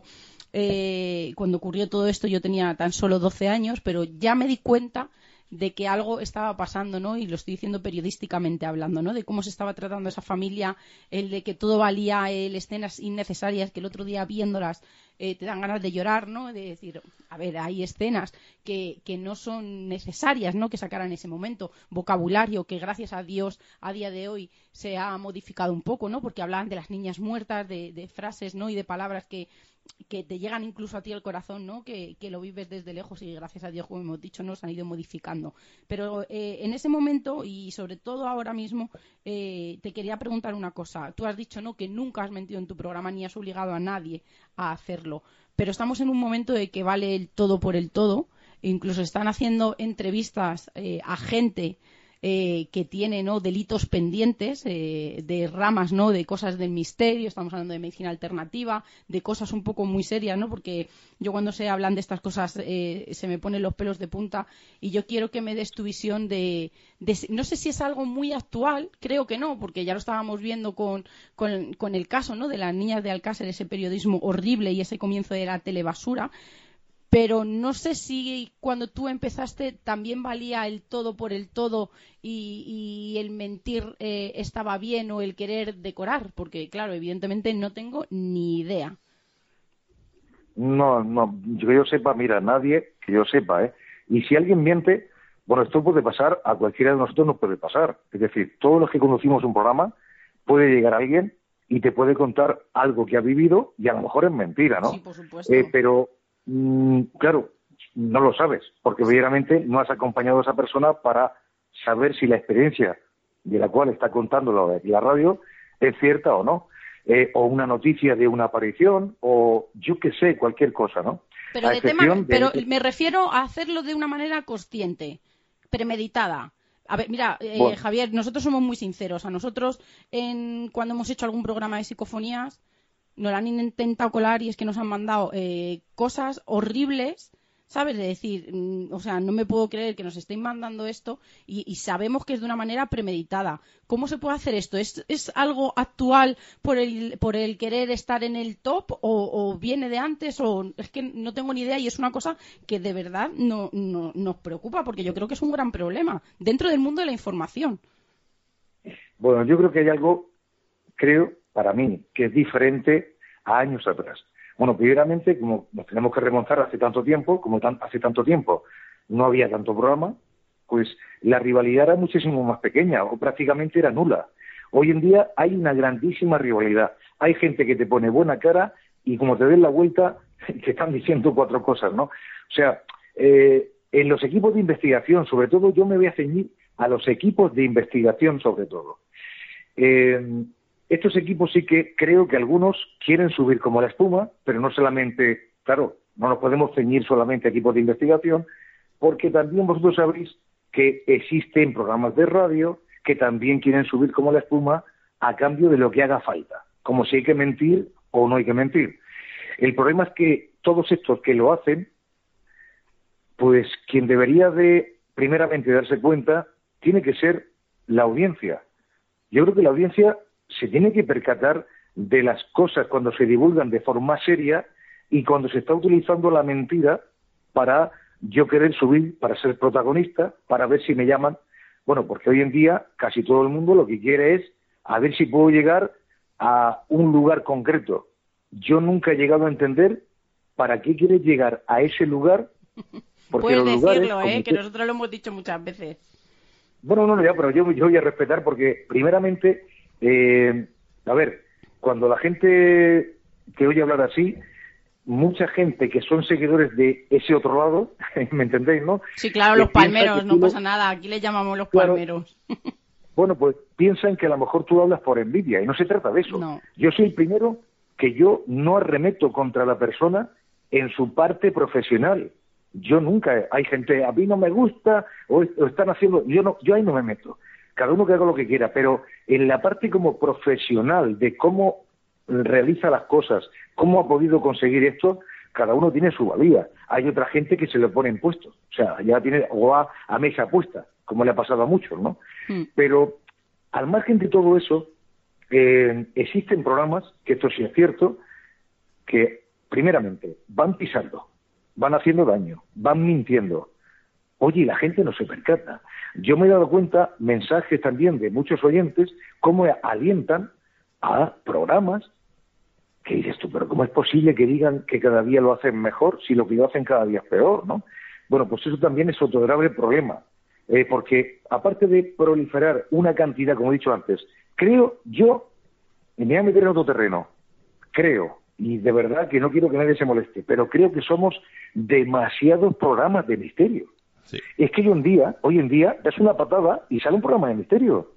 eh, cuando ocurrió todo esto, yo tenía tan solo doce años, pero ya me di cuenta de que algo estaba pasando, ¿no? Y lo estoy diciendo periodísticamente hablando, ¿no? De cómo se estaba tratando esa familia, el de que todo valía, el escenas innecesarias que el otro día viéndolas eh, te dan ganas de llorar, ¿no? De decir, a ver, hay escenas que, que no son necesarias, ¿no?, que sacaran en ese momento. Vocabulario que, gracias a Dios, a día de hoy se ha modificado un poco, ¿no? Porque hablaban de las niñas muertas, de, de frases, ¿no?, y de palabras que que te llegan incluso a ti al corazón, ¿no?, que, que lo vives desde lejos, y gracias a Dios, como hemos dicho, no se han ido modificando. Pero eh, en ese momento, y sobre todo ahora mismo, eh, te quería preguntar una cosa. Tú has dicho, ¿no?, que nunca has mentido en tu programa ni has obligado a nadie a hacerlo, pero estamos en un momento de que vale el todo por el todo. Incluso están haciendo entrevistas eh, a gente Eh, que tiene, ¿no?, delitos pendientes, eh, de ramas, ¿no?, de cosas del misterio. Estamos hablando de medicina alternativa, de cosas un poco muy serias, ¿no?, porque yo cuando se hablan de estas cosas eh, se me ponen los pelos de punta, y yo quiero que me des tu visión de, de, no sé si es algo muy actual, creo que no, porque ya lo estábamos viendo con, con, con el caso, ¿no?, de las niñas de Alcácer, ese periodismo horrible y ese comienzo de la telebasura. Pero no sé si cuando tú empezaste también valía el todo por el todo, y, y el mentir eh, estaba bien, o el querer decorar, porque claro, evidentemente no tengo ni idea. No, no, que yo sepa, mira, nadie, que yo sepa, ¿eh? Y si alguien miente, bueno, esto puede pasar, a cualquiera de nosotros nos puede pasar. Es decir, todos los que conducimos un programa, puede llegar alguien y te puede contar algo que ha vivido y a lo mejor es mentira, ¿no? Sí, por supuesto. Eh, pero, mmm, claro, no lo sabes, porque verdaderamente no has acompañado a esa persona para saber si la experiencia de la cual está contando la, la radio es cierta o no. Eh, o una noticia de una aparición, o yo qué sé, cualquier cosa, ¿no? Pero, de tema, de... pero me refiero a hacerlo de una manera consciente, premeditada. A ver, mira, eh, bueno. Javier, nosotros somos muy sinceros. A nosotros, en, cuando hemos hecho algún programa de psicofonías, nos lo han intentado colar y es que nos han mandado eh, cosas horribles, ¿sabes? De decir, mm, o sea, no me puedo creer que nos estén mandando esto y, y sabemos que es de una manera premeditada. ¿Cómo se puede hacer esto? ¿Es, es algo actual por el, por el querer estar en el top o, o viene de antes? O es que no tengo ni idea y es una cosa que de verdad no, no, nos preocupa porque yo creo que es un gran problema dentro del mundo de la información. Bueno, yo creo que hay algo, creo, para mí, que es diferente a años atrás. Bueno, primeramente, como nos tenemos que remontar hace tanto tiempo, como tan, hace tanto tiempo no había tanto programa, pues la rivalidad era muchísimo más pequeña o prácticamente era nula. Hoy en día hay una grandísima rivalidad. Hay gente que te pone buena cara y como te den la vuelta te están diciendo cuatro cosas, ¿no? O sea, eh, en los equipos de investigación, sobre todo, yo me voy a ceñir a los equipos de investigación, sobre todo. Eh, Estos equipos sí que creo que algunos quieren subir como la espuma, pero no solamente, claro, no nos podemos ceñir solamente a equipos de investigación, porque también vosotros sabréis que existen programas de radio que también quieren subir como la espuma a cambio de lo que haga falta, como si hay que mentir o no hay que mentir. El problema es que todos estos que lo hacen, pues quien debería de, primeramente, darse cuenta, tiene que ser la audiencia. Yo creo que la audiencia se tiene que percatar de las cosas cuando se divulgan de forma seria y cuando se está utilizando la mentira para yo querer subir, para ser protagonista, para ver si me llaman. Bueno, porque hoy en día casi todo el mundo lo que quiere es a ver si puedo llegar a un lugar concreto. Yo nunca he llegado a entender para qué quieres llegar a ese lugar. Porque puedes los decirlo, lugares, ¿eh? Que nosotros lo hemos dicho muchas veces. Bueno, no, no, ya, pero yo, yo voy a respetar porque primeramente... Eh, a ver, cuando la gente te oye hablar así, mucha gente que son seguidores de ese otro lado, ¿me entendéis, no? Sí, claro, los palmeros, no pasa nada, aquí les llamamos los claro, palmeros. Bueno, pues piensan que a lo mejor tú hablas por envidia y no se trata de eso. No. Yo soy el primero que yo no arremeto contra la persona en su parte profesional. Yo nunca, hay gente, a mí no me gusta, o, o están haciendo, yo no, yo ahí no me meto. Cada uno que haga lo que quiera, pero en la parte como profesional de cómo realiza las cosas, cómo ha podido conseguir esto, cada uno tiene su valía. Hay otra gente que se le pone en puestos, o sea, ya tiene, o va a mesa puesta, como le ha pasado a muchos, ¿no? Mm. Pero al margen de todo eso, eh, existen programas, que esto sí es cierto, que primeramente van pisando, van haciendo daño, van mintiendo. Oye, la gente no se percata. Yo me he dado cuenta, mensajes también de muchos oyentes, cómo alientan a programas que dices tú, pero ¿cómo es posible que digan que cada día lo hacen mejor si lo que lo hacen cada día es peor, ¿no? Bueno, pues eso también es otro grave problema, eh, porque aparte de proliferar una cantidad, como he dicho antes, creo yo, y me voy a meter en otro terreno, creo, y de verdad que no quiero que nadie se moleste, pero creo que somos demasiados programas de misterio. Sí. Es que hoy en día, hoy en día, das una patada y sale un programa de misterio.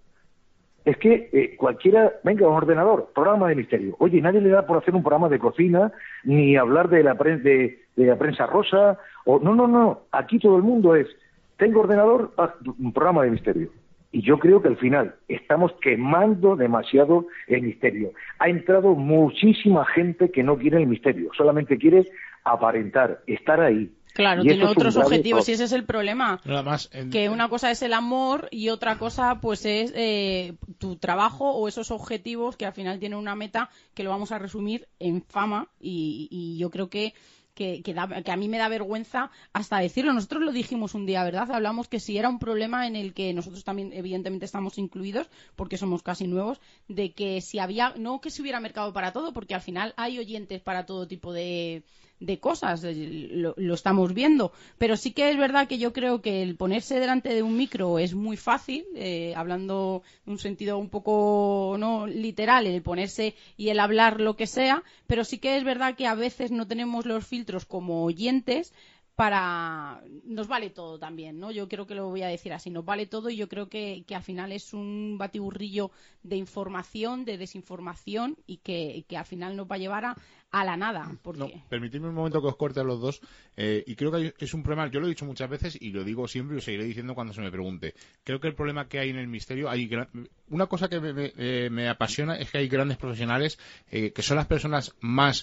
Es que eh, cualquiera, venga, un ordenador, programa de misterio. Oye, nadie le da por hacer un programa de cocina, ni hablar de la, pre de, de la prensa rosa, o no, no, no, aquí todo el mundo es, tengo ordenador, haz un programa de misterio. Y yo creo que al final estamos quemando demasiado el misterio. Ha entrado muchísima gente que no quiere el misterio, solamente quiere aparentar, estar ahí. Claro, tiene otros objetivos y ese es el problema. Nada más, en... Que una cosa es el amor y otra cosa pues es eh, tu trabajo o esos objetivos que al final tienen una meta que lo vamos a resumir en fama y, y yo creo que Que, que, da, que a mí me da vergüenza hasta decirlo. Nosotros lo dijimos un día, ¿verdad? Hablamos que si era un problema en el que nosotros también evidentemente estamos incluidos porque somos casi nuevos, de que si había, no que si hubiera mercado para todo, porque al final hay oyentes para todo tipo de, de cosas, lo, lo estamos viendo. Pero sí que es verdad que yo creo que el ponerse delante de un micro es muy fácil, eh, hablando en un sentido un poco no literal, el ponerse y el hablar lo que sea, pero sí que es verdad que a veces no tenemos los filtros como oyentes para... Nos vale todo también, ¿no? Yo creo que lo voy a decir así, nos vale todo y yo creo que, que al final es un batiburrillo de información, de desinformación y que, que al final nos va a llevar a, a la nada. Porque... No, permitidme un momento que os corte a los dos eh, y creo que hay, es un problema, yo lo he dicho muchas veces y lo digo siempre y lo seguiré diciendo cuando se me pregunte. Creo que el problema que hay en el misterio, hay gran... una cosa que me, me, eh, me apasiona es que hay grandes profesionales eh, que son las personas más...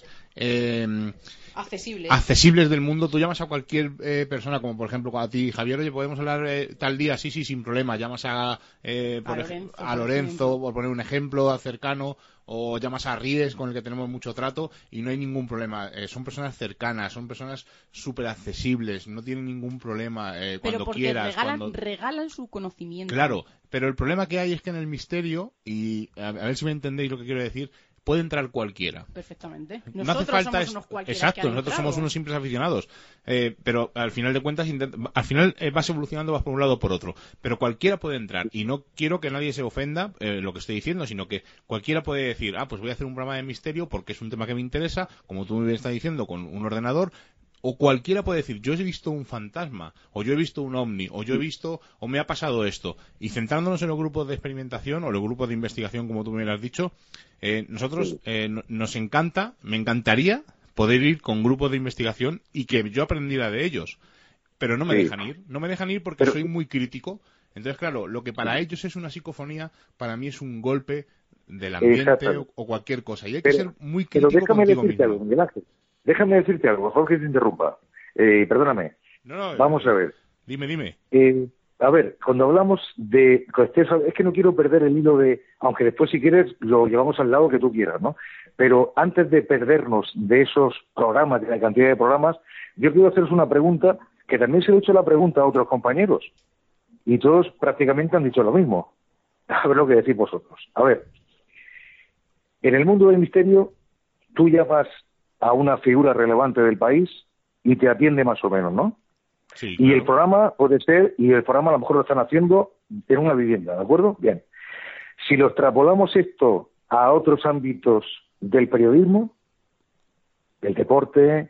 Eh, accesibles. accesibles del mundo. Tú llamas a cualquier eh, persona, como por ejemplo a ti, Javier, oye, podemos hablar eh, tal día, sí, sí, sin problema. Llamas a, eh, por a ej- Lorenzo, a Lorenzo por poner un ejemplo cercano, o llamas a Ries, con el que tenemos mucho trato, y no hay ningún problema. Eh, son personas cercanas, son personas súper accesibles, no tienen ningún problema eh, cuando pero porque quieras. regalan, Cuando... regalan su conocimiento. Claro, pero el problema que hay es que en el misterio, y a, a ver si me entendéis lo que quiero decir, puede entrar cualquiera. Perfectamente. No Nosotros hace falta somos es... unos cualquiera. Exacto, que han nosotros entrado. somos unos simples aficionados. Eh, pero al final de cuentas, intent... al final eh, vas evolucionando, vas por un lado o por otro. Pero cualquiera puede entrar. Y no quiero que nadie se ofenda eh, lo que estoy diciendo, sino que cualquiera puede decir, ah, pues voy a hacer un programa de misterio porque es un tema que me interesa, como tú me estás diciendo, con un ordenador. O cualquiera puede decir, yo he visto un fantasma, o yo he visto un ovni, o yo he visto, o me ha pasado esto. Y centrándonos en los grupos de experimentación, o los grupos de investigación, como tú me lo has dicho, eh, nosotros eh, no, nos encanta, me encantaría poder ir con grupos de investigación y que yo aprendiera de ellos. Pero no me Sí. dejan ir, no me dejan ir porque Pero- soy muy crítico. Entonces, claro, lo que para ellos es una psicofonía, para mí es un golpe del ambiente Exacto. o, o cualquier cosa. Y hay que Pero- ser muy Pero crítico déjame contigo decirte mismo. algo, Miguel Ángel. Déjame decirte algo, mejor que te interrumpa. Eh, perdóname. No, no, Vamos eh, a ver. Dime, dime. Eh, a ver, cuando hablamos de... Es que no quiero perder el hilo de... Aunque después, si quieres, lo llevamos al lado que tú quieras, ¿no? Pero antes de perdernos de esos programas, de la cantidad de programas, yo quiero haceros una pregunta que también se le he hecho la pregunta a otros compañeros. Y todos prácticamente han dicho lo mismo. A ver lo que decís vosotros. A ver, en el mundo del misterio, tú llamas a una figura relevante del país y te atiende más o menos, ¿no? Sí, Y claro. el programa puede ser, y el programa a lo mejor lo están haciendo en una vivienda, ¿de acuerdo? Bien. Si lo extrapolamos esto a otros ámbitos del periodismo, el deporte,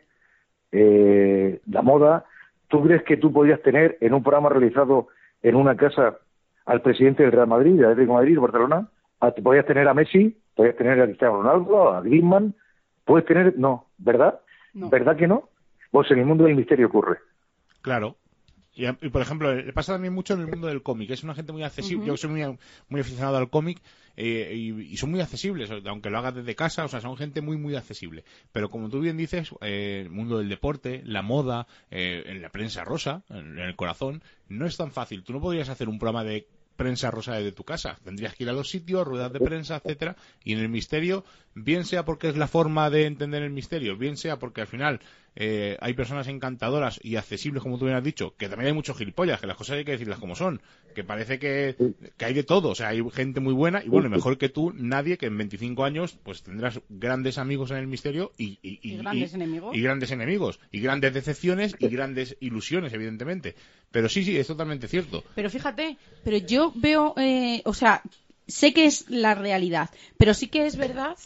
eh, la moda, ¿tú crees que tú podrías tener en un programa realizado en una casa al presidente del Real Madrid, del Atlético de Madrid, Barcelona? A- Podrías tener a Messi, podrías tener a Cristiano Ronaldo, a Griezmann, puedes tener... No, ¿verdad? No. ¿Verdad que no? Pues en el mundo del misterio ocurre. Claro. Y, y, por ejemplo, le pasa también mucho en el mundo del cómic. Es una gente muy accesible. Ujú. Yo soy muy, muy aficionado al cómic eh, y, y son muy accesibles, aunque lo hagas desde casa. O sea, son gente muy, muy accesible. Pero como tú bien dices, eh, el mundo del deporte, la moda, eh, en la prensa rosa, en, en el corazón, no es tan fácil. Tú no podrías hacer un programa de prensa rosa desde tu casa. Tendrías que ir a los sitios, ruedas de prensa, etcétera. Y en el misterio, bien sea porque es la forma de entender el misterio, bien sea porque al final eh, hay personas encantadoras y accesibles, como tú bien has dicho, que también hay muchos gilipollas, que las cosas hay que decirlas como son, que parece que, que hay de todo. O sea, hay gente muy buena y bueno, mejor que tú, nadie, que en veinticinco años pues tendrás grandes amigos en el misterio y, y, ¿Y grandes enemigos? y grandes enemigos, y grandes decepciones y grandes ilusiones, evidentemente. Pero sí, sí, es totalmente cierto. Pero fíjate, pero yo veo, eh, o sea, sé que es la realidad, pero sí que es verdad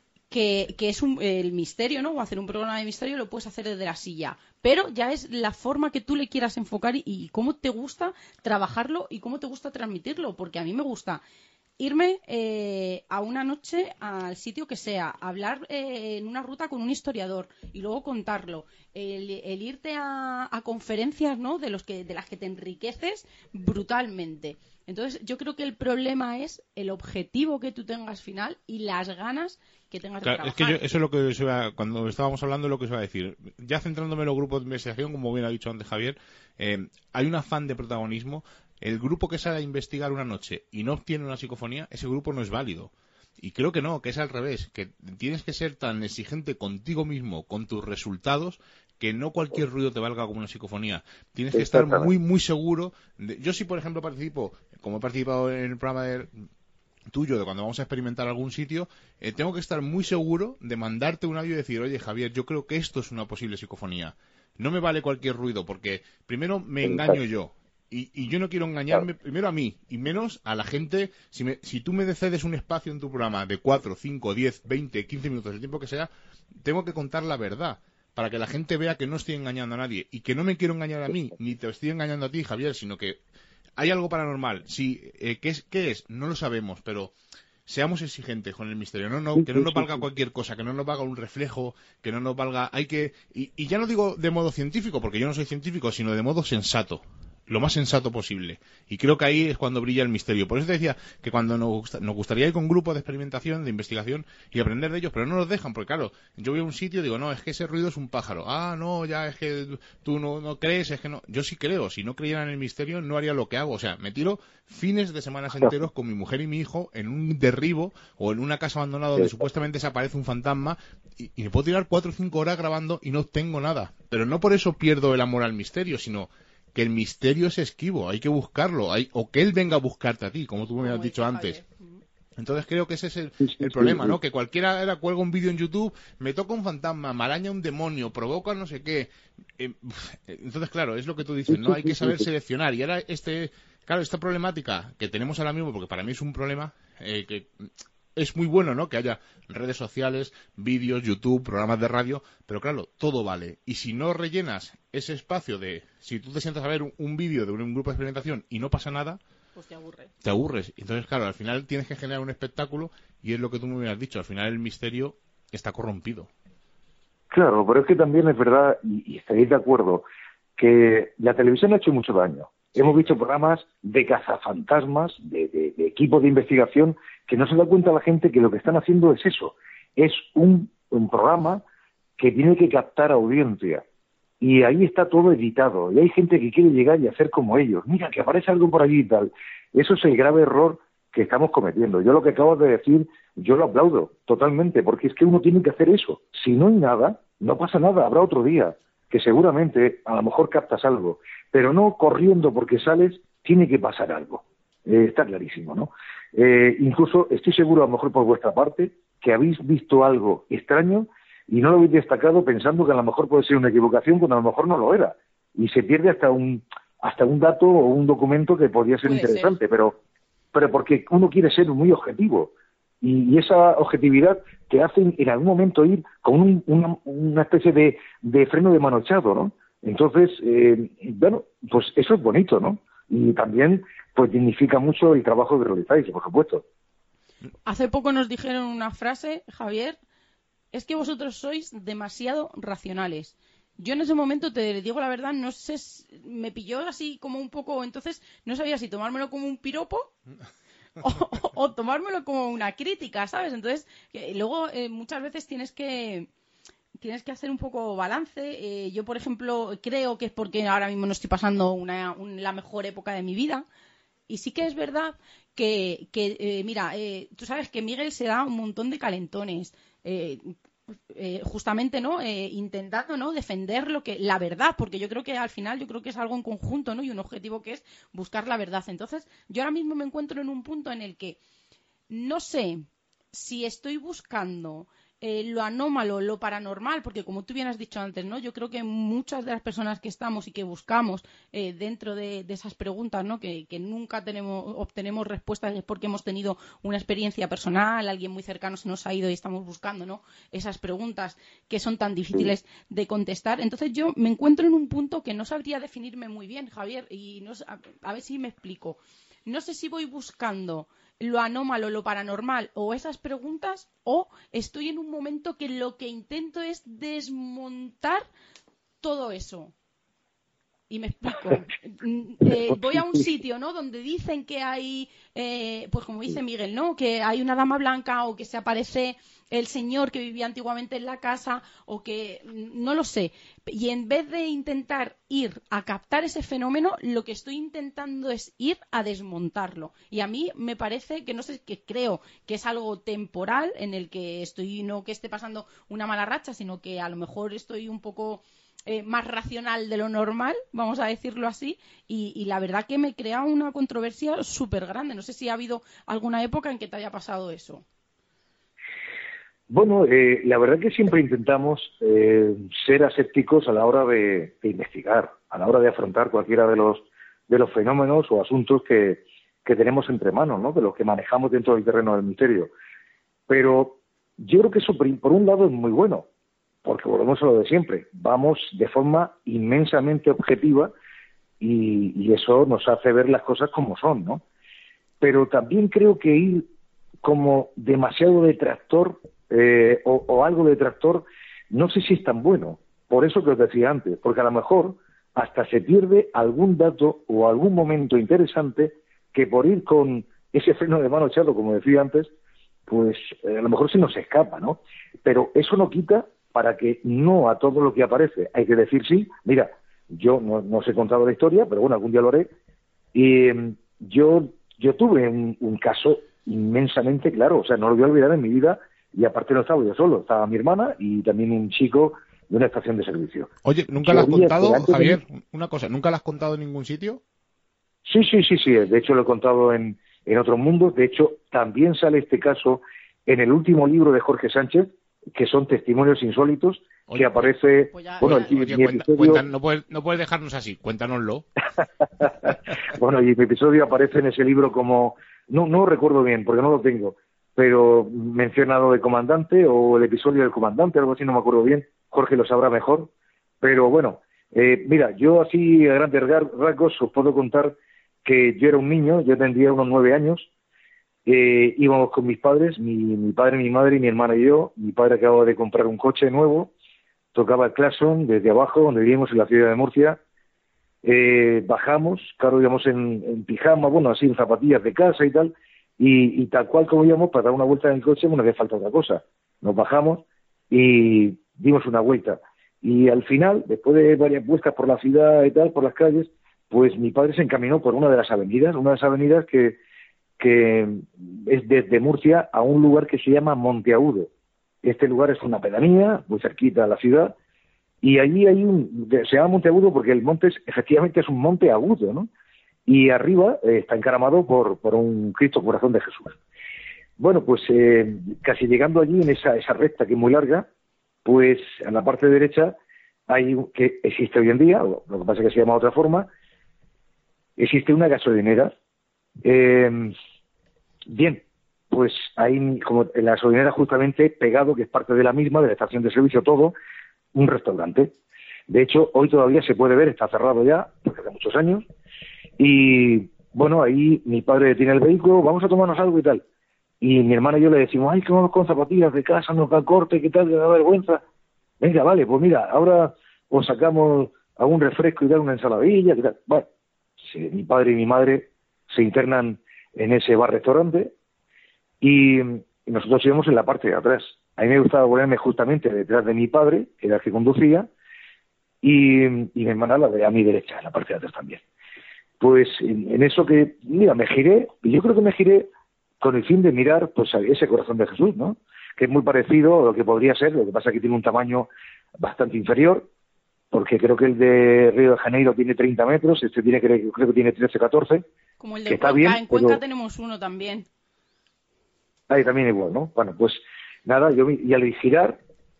que, que es un, el misterio, ¿no? O hacer un programa de misterio lo puedes hacer desde la silla, pero ya es la forma que tú le quieras enfocar y, y cómo te gusta trabajarlo y cómo te gusta transmitirlo, porque a mí me gusta irme eh, a una noche al sitio que sea, hablar eh, en una ruta con un historiador y luego contarlo, el, el irte a, a conferencias, ¿no? de los que de las que te enriqueces brutalmente. Entonces yo creo que el problema es el objetivo que tú tengas final y las ganas que tengas Claro, de es trabajar. que yo, eso es lo que se iba, cuando estábamos hablando, lo que se iba a decir. Ya centrándome en los grupos de investigación, como bien ha dicho antes Javier, eh, hay un afán de protagonismo. El grupo que sale a investigar una noche y no obtiene una psicofonía, ese grupo no es válido. Y creo que no, que es al revés, que tienes que ser tan exigente contigo mismo, con tus resultados, que no cualquier ruido te valga como una psicofonía. Tienes que estar muy, muy seguro. De... Yo sí, por ejemplo, participo, como he participado en el programa de... tuyo de cuando vamos a experimentar algún sitio, eh, tengo que estar muy seguro de mandarte un audio y decir, oye Javier, yo creo que esto es una posible psicofonía. No me vale cualquier ruido, porque primero me engaño yo. Y, y yo no quiero engañarme primero a mí, y menos a la gente. Si, me, si tú me cedes un espacio en tu programa de cuatro, cinco, diez, veinte, quince minutos, el tiempo que sea, tengo que contar la verdad, para que la gente vea que no estoy engañando a nadie, y que no me quiero engañar a mí, ni te estoy engañando a ti, Javier, sino que hay algo paranormal. Sí, eh, ¿qué es? ¿Qué es? No lo sabemos, pero seamos exigentes con el misterio, no, no, que no nos valga cualquier cosa, que no nos valga un reflejo, que no nos valga, hay que, y, y ya no digo de modo científico, porque yo no soy científico, sino de modo sensato, lo más sensato posible, y creo que ahí es cuando brilla el misterio. Por eso te decía que cuando nos, gusta, nos gustaría ir con grupos de experimentación, de investigación, y aprender de ellos, pero no nos dejan, porque claro, yo voy a un sitio y digo, no, es que ese ruido es un pájaro, ah, no, ya es que tú no, no crees, es que no, yo sí creo, si no creyera en el misterio no haría lo que hago, o sea, me tiro fines de semanas enteros con mi mujer y mi hijo en un derribo o en una casa abandonada donde supuestamente desaparece un fantasma, y, y me puedo tirar cuatro o cinco horas grabando y no obtengo nada, pero no por eso pierdo el amor al misterio, sino que el misterio es esquivo, hay que buscarlo, hay, o que él venga a buscarte a ti, como tú me has dicho antes. Entonces creo que ese es el, el problema, ¿no? Que cualquiera era cuelga un vídeo en YouTube, me toca un fantasma, me araña un demonio, provoca no sé qué. Eh, entonces, claro, es lo que tú dices, ¿no? Hay que saber seleccionar. Y ahora este, claro, esta problemática que tenemos ahora mismo, porque para mí es un problema eh, que es muy bueno, ¿no? Que haya redes sociales, vídeos, YouTube, programas de radio, pero claro, todo vale. Y si no rellenas ese espacio de, si tú te sientas a ver un, un vídeo de un, un grupo de experimentación y no pasa nada, pues te aburres. Te aburres. Entonces, claro, al final tienes que generar un espectáculo y es lo que tú me habías dicho. Al final el misterio está corrompido. Claro, pero es que también es verdad, y, y estaréis de acuerdo, que la televisión ha hecho mucho daño. Sí. Hemos visto programas de cazafantasmas, de, de, de equipos de investigación, que no se da cuenta la gente que lo que están haciendo es eso. Es un, un programa que tiene que captar audiencia. Y ahí está todo editado. Y hay gente que quiere llegar y hacer como ellos. Mira, que aparece algo por allí y tal. Eso es el grave error que estamos cometiendo. Yo lo que acabo de decir, yo lo aplaudo totalmente, porque es que uno tiene que hacer eso. Si no hay nada, no pasa nada. Habrá otro día que seguramente a lo mejor captas algo. Pero no corriendo porque sales, tiene que pasar algo. Eh, está clarísimo, ¿no? Eh, incluso estoy seguro, a lo mejor por vuestra parte, que habéis visto algo extraño y no lo habéis destacado pensando que a lo mejor puede ser una equivocación cuando a lo mejor no lo era. Y se pierde hasta un hasta un dato o un documento que podría ser puede interesante, ser. pero pero porque uno quiere ser muy objetivo. Y, y esa objetividad te hace en algún momento ir con un, una, una especie de, de freno de mano echado, ¿no? Entonces, eh, bueno, pues eso es bonito, ¿no? Y también pues dignifica mucho el trabajo que realizáis, por supuesto. Hace poco nos dijeron una frase, Javier, es que vosotros sois demasiado racionales. Yo en ese momento, te digo la verdad, no sé, me pilló así como un poco, entonces no sabía si tomármelo como un piropo o, o, o tomármelo como una crítica, ¿sabes? Entonces, que luego eh, muchas veces tienes que tienes que hacer un poco balance. Eh, yo, por ejemplo, creo que es porque ahora mismo no estoy pasando una, un, la mejor época de mi vida. Y sí que es verdad que, que eh, mira, eh, tú sabes que Miguel se da un montón de calentones. Eh, eh, justamente no eh, intentando no defender lo que la verdad, porque yo creo que al final yo creo que es algo en conjunto, ¿no? Y un objetivo que es buscar la verdad. Entonces yo ahora mismo me encuentro en un punto en el que no sé si estoy buscando eh, lo anómalo, lo paranormal, porque como tú bien has dicho antes, ¿no? Yo creo que muchas de las personas que estamos y que buscamos eh, dentro de, de esas preguntas, ¿no? Que, que nunca tenemos, obtenemos respuestas es porque hemos tenido una experiencia personal, alguien muy cercano se nos ha ido y estamos buscando, ¿no? Esas preguntas que son tan difíciles de contestar. Entonces yo me encuentro en un punto que no sabría definirme muy bien, Javier, y no, a, a ver si me explico. No sé si voy buscando lo anómalo, lo paranormal o esas preguntas, o estoy en un momento que lo que intento es desmontar todo eso. Y me explico. Eh, voy a un sitio, ¿no? Donde dicen que hay, eh, pues como dice Miguel, ¿no? Que hay una dama blanca o que se aparece el señor que vivía antiguamente en la casa o que no lo sé. Y en vez de intentar ir a captar ese fenómeno, lo que estoy intentando es ir a desmontarlo. Y a mí me parece que no sé, que creo que es algo temporal en el que estoy, no que esté pasando una mala racha, sino que a lo mejor estoy un poco eh, más racional de lo normal, vamos a decirlo así, y, y la verdad que me crea una controversia súper grande. No sé si ha habido alguna época en que te haya pasado eso. Bueno, eh, la verdad que siempre intentamos eh, ser asépticos a la hora de, de investigar, a la hora de afrontar cualquiera de los de los fenómenos o asuntos que, que tenemos entre manos, ¿no? De los que manejamos dentro del terreno del misterio. Pero yo creo que eso, por un lado, es muy bueno, porque volvemos a lo de siempre. Vamos de forma inmensamente objetiva y, y eso nos hace ver las cosas como son, ¿no? Pero también creo que ir como demasiado detractor eh, o, o algo detractor, no sé si es tan bueno. Por eso que os decía antes, porque a lo mejor hasta se pierde algún dato o algún momento interesante que por ir con ese freno de mano echado, como decía antes, pues eh, a lo mejor se nos escapa, ¿no? Pero eso no quita para que no a todo lo que aparece hay que decir sí. Mira, yo no, no os he contado la historia, pero bueno, algún día lo haré. Y eh, yo, yo tuve un, un caso inmensamente claro, o sea, no lo voy a olvidar en mi vida, y aparte no estaba yo solo, estaba mi hermana y también un chico de una estación de servicio. Oye, ¿nunca lo has contado, Javier? Una cosa, ¿nunca lo has contado en ningún sitio? Sí, sí, sí, sí. De hecho, lo he contado en, en otros mundos. De hecho, también sale este caso en el último libro de Jorge Sánchez, que son testimonios insólitos, Oye, que aparece... Pues ya, bueno, ya, el, oye, mi cuenta, episodio... cuenta, no, puedes, no puedes dejarnos así, cuéntanoslo. Bueno, y mi episodio aparece en ese libro como... No, no recuerdo bien, porque no lo tengo, pero mencionado de comandante o el episodio del comandante, algo así, no me acuerdo bien. Jorge lo sabrá mejor. Pero bueno, eh, mira, yo así a grandes rasgos os puedo contar que yo era un niño, yo tendría unos nueve años, eh, íbamos con mis padres, mi, mi padre, mi madre y mi hermana y yo. Mi padre acababa de comprar un coche nuevo, tocaba el claxon desde abajo, donde vivimos en la ciudad de Murcia. Eh, bajamos, claro, íbamos en, en pijama, bueno, así en zapatillas de casa y tal, y, y tal cual como íbamos para dar una vuelta en el coche, bueno, que falta otra cosa. Nos bajamos y dimos una vuelta. Y al final, después de varias vueltas por la ciudad y tal, por las calles, pues mi padre se encaminó por una de las avenidas, una de las avenidas que, que es desde Murcia a un lugar que se llama Monteagudo. Este lugar es una pedanía, muy cerquita a la ciudad, y allí hay un... se llama Monteagudo porque el monte es, efectivamente es un monte agudo, ¿no? Y arriba eh, está encaramado por, por un Cristo Corazón de Jesús. Bueno, pues eh, casi llegando allí en esa, esa recta que es muy larga, pues en la parte derecha hay, que existe hoy en día, lo que pasa es que se llama de otra forma, existe una gasolinera. Eh, bien, pues hay, como en la gasolinera justamente pegado, que es parte de la misma, de la estación de servicio, todo, un restaurante. De hecho, hoy todavía se puede ver, está cerrado ya, porque hace muchos años, y bueno, ahí mi padre tiene el vehículo, vamos a tomarnos algo y tal. Y mi hermana y yo le decimos, ay, que vamos con zapatillas de casa, nos da corte, ¿qué tal? ¿Te da vergüenza? Venga, vale, pues mira, ahora os sacamos algún refresco y tal, una ensaladilla, ¿qué tal? Bueno, sí, mi padre y mi madre se internan en ese bar-restaurante y, y nosotros íbamos en la parte de atrás. A mí me gustaba ponerme justamente detrás de mi padre, que era el que conducía, y, y mi hermana la de a mi derecha, en la parte de atrás también. Pues en, en eso que, mira, me giré, y yo creo que me giré con el fin de mirar pues a ese corazón de Jesús, ¿no? Que es muy parecido a lo que podría ser, lo que pasa es que tiene un tamaño bastante inferior, porque creo que el de Río de Janeiro tiene treinta metros, este tiene creo, creo que tiene trece, catorce. Como el de que está Cuenca, bien, en Cuenca pero... tenemos uno también. Ahí también igual, ¿no? Bueno, pues nada, yo y al girar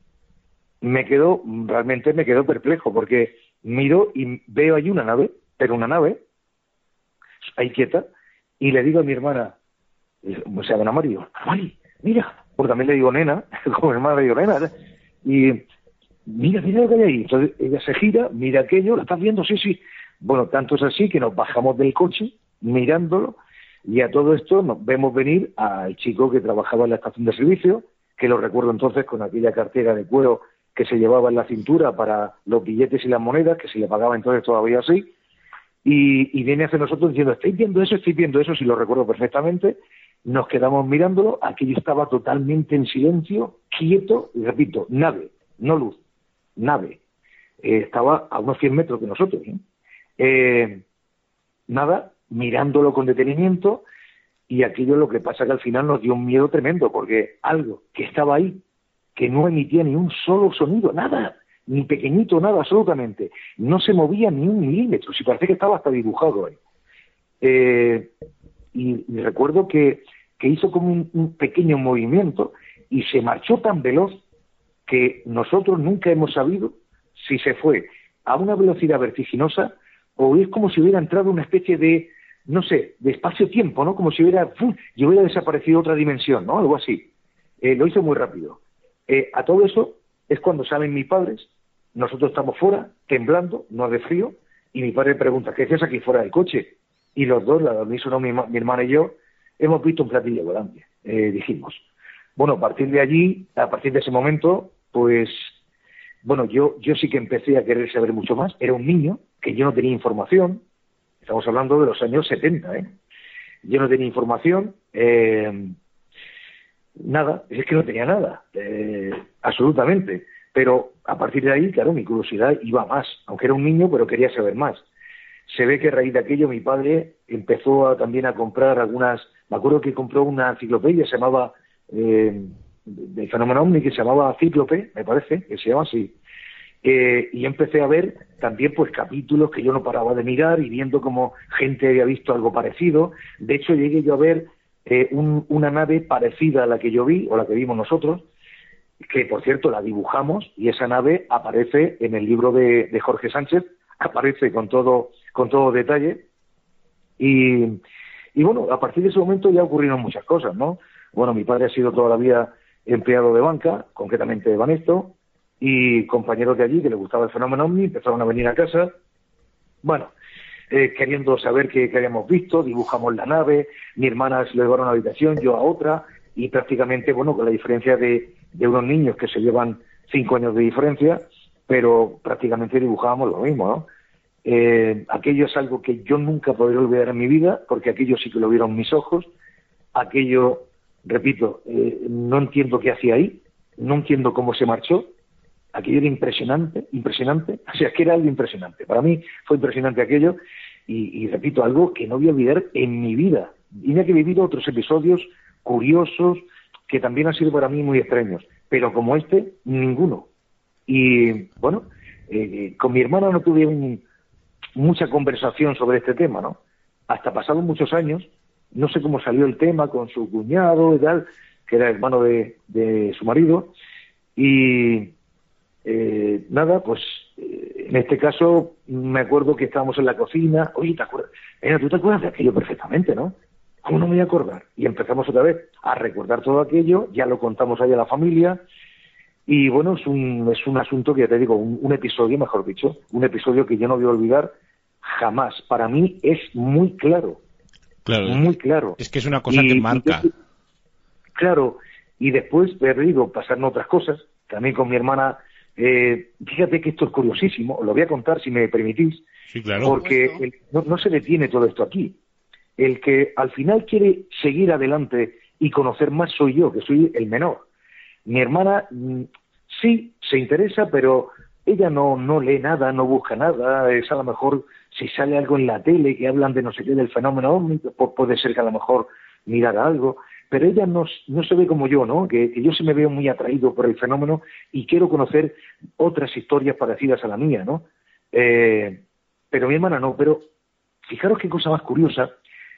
me quedo, realmente me quedo perplejo, porque miro y veo allí una nave, pero una nave, ahí quieta, y le digo a mi hermana, o sea, don Mario, Mari, mira, porque también le digo nena, como mi hermana le digo nena, y mira, mira lo que hay ahí. Entonces ella se gira, mira aquello, ¿lo estás viendo? Sí, sí. Bueno, tanto es así que nos bajamos del coche mirándolo, y a todo esto nos vemos venir al chico que trabajaba en la estación de servicio, que lo recuerdo entonces con aquella cartera de cuero que se llevaba en la cintura para los billetes y las monedas, que se le pagaba entonces todavía así, y, y viene hacia nosotros diciendo, ¿estáis viendo eso? ¿Estáis viendo eso? Si lo recuerdo perfectamente. Nos quedamos mirándolo, aquello estaba totalmente en silencio, quieto, y repito, nave, no luz, nave. Eh, estaba a unos cien metros de nosotros. ¿eh? Eh, nada, mirándolo con detenimiento, y aquello lo que pasa que al final nos dio un miedo tremendo, porque algo que estaba ahí, que no emitía ni un solo sonido, nada, ni pequeñito, nada, absolutamente. No se movía ni un milímetro, si parece que estaba hasta dibujado ahí. Eh, y, y recuerdo que, que hizo como un, un pequeño movimiento y se marchó tan veloz que nosotros nunca hemos sabido si se fue a una velocidad vertiginosa o es como si hubiera entrado una especie de, no sé, de espacio-tiempo, ¿no? Como si hubiera, ¡pum!, y hubiera desaparecido otra dimensión, ¿no? Algo así. Eh, lo hizo muy rápido. Eh, a todo eso es cuando salen mis padres, nosotros estamos fuera, temblando, no de frío, y mi padre pregunta, ¿qué haces aquí fuera del coche? Y los dos, la unísono, mi, mi hermana y yo, hemos visto un platillo volante, eh, dijimos. Bueno, a partir de allí, a partir de ese momento, pues, bueno, yo, yo sí que empecé a querer saber mucho más. Era un niño que yo no tenía información, estamos hablando de los años setenta, ¿eh? Yo no tenía información, eh, nada, es que no tenía nada, eh, absolutamente. Pero a partir de ahí, claro, mi curiosidad iba más, aunque era un niño, pero quería saber más. Se ve que a raíz de aquello mi padre empezó a, también a comprar algunas, me acuerdo que compró una enciclopedia, se llamaba, eh, del fenómeno ovni, que se llamaba Cíclope, me parece, que se llama así. Eh, y empecé a ver también pues capítulos que yo no paraba de mirar y viendo como gente había visto algo parecido. De hecho, llegué yo a ver eh, un, una nave parecida a la que yo vi, o la que vimos nosotros, que por cierto la dibujamos, y esa nave aparece en el libro de, de Jorge Sánchez, aparece con todo, con todo detalle. Y, y bueno, a partir de ese momento ya ocurrieron muchas cosas, ¿no? Bueno, mi padre ha sido toda la vida empleado de banca, concretamente de Banesto, y compañeros de allí que les gustaba el fenómeno ovni empezaron a venir a casa, bueno, eh, queriendo saber qué, qué habíamos visto, dibujamos la nave, mi hermana se lo llevaron a una habitación, yo a otra, y prácticamente, bueno, con la diferencia de, de unos niños que se llevan cinco años de diferencia, pero prácticamente dibujábamos lo mismo, ¿no? Eh, aquello es algo que yo nunca podré olvidar en mi vida, porque aquello sí que lo vieron mis ojos, aquello, repito, eh, no entiendo qué hacía ahí, no entiendo cómo se marchó. Aquello era impresionante, impresionante, o sea, es que era algo impresionante. Para mí fue impresionante aquello y, y repito, algo que no voy a olvidar en mi vida. Y me he vivido otros episodios curiosos que también han sido para mí muy extraños, pero como este, ninguno. Y bueno, eh, con mi hermana no tuve un, mucha conversación sobre este tema, ¿no? Hasta pasados muchos años, no sé cómo salió el tema con su cuñado y tal, que era hermano de, de su marido, y... Eh, nada, pues eh, en este caso me acuerdo que estábamos en la cocina. Oye, ¿te acuerdas? Mira, tú te acuerdas de aquello perfectamente, ¿no? ¿Cómo no me voy a acordar? Y empezamos otra vez a recordar todo aquello, ya lo contamos ahí a la familia, y bueno, es un, es un asunto que ya te digo, un, un episodio, mejor dicho, un episodio que yo no voy a olvidar jamás. Para mí es muy claro, claro, muy claro. Es que es una cosa y, que marca. Y, claro, y después, te digo, pasaron otras cosas, también con mi hermana. Eh, fíjate que esto es curiosísimo, os lo voy a contar si me permitís, sí, claro. porque el, no, no se detiene todo esto aquí. El que al final quiere seguir adelante y conocer más soy yo, que soy el menor. Mi hermana mmm, sí se interesa, pero ella no, no lee nada, no busca nada. Es a lo mejor si sale algo en la tele que hablan de no sé qué del fenómeno ovni, puede ser que a lo mejor mirara algo. Pero ella no, no se ve como yo, ¿no? Que, que yo sí me veo muy atraído por el fenómeno y quiero conocer otras historias parecidas a la mía, ¿no? Eh, pero mi hermana no. Pero fijaros qué cosa más curiosa.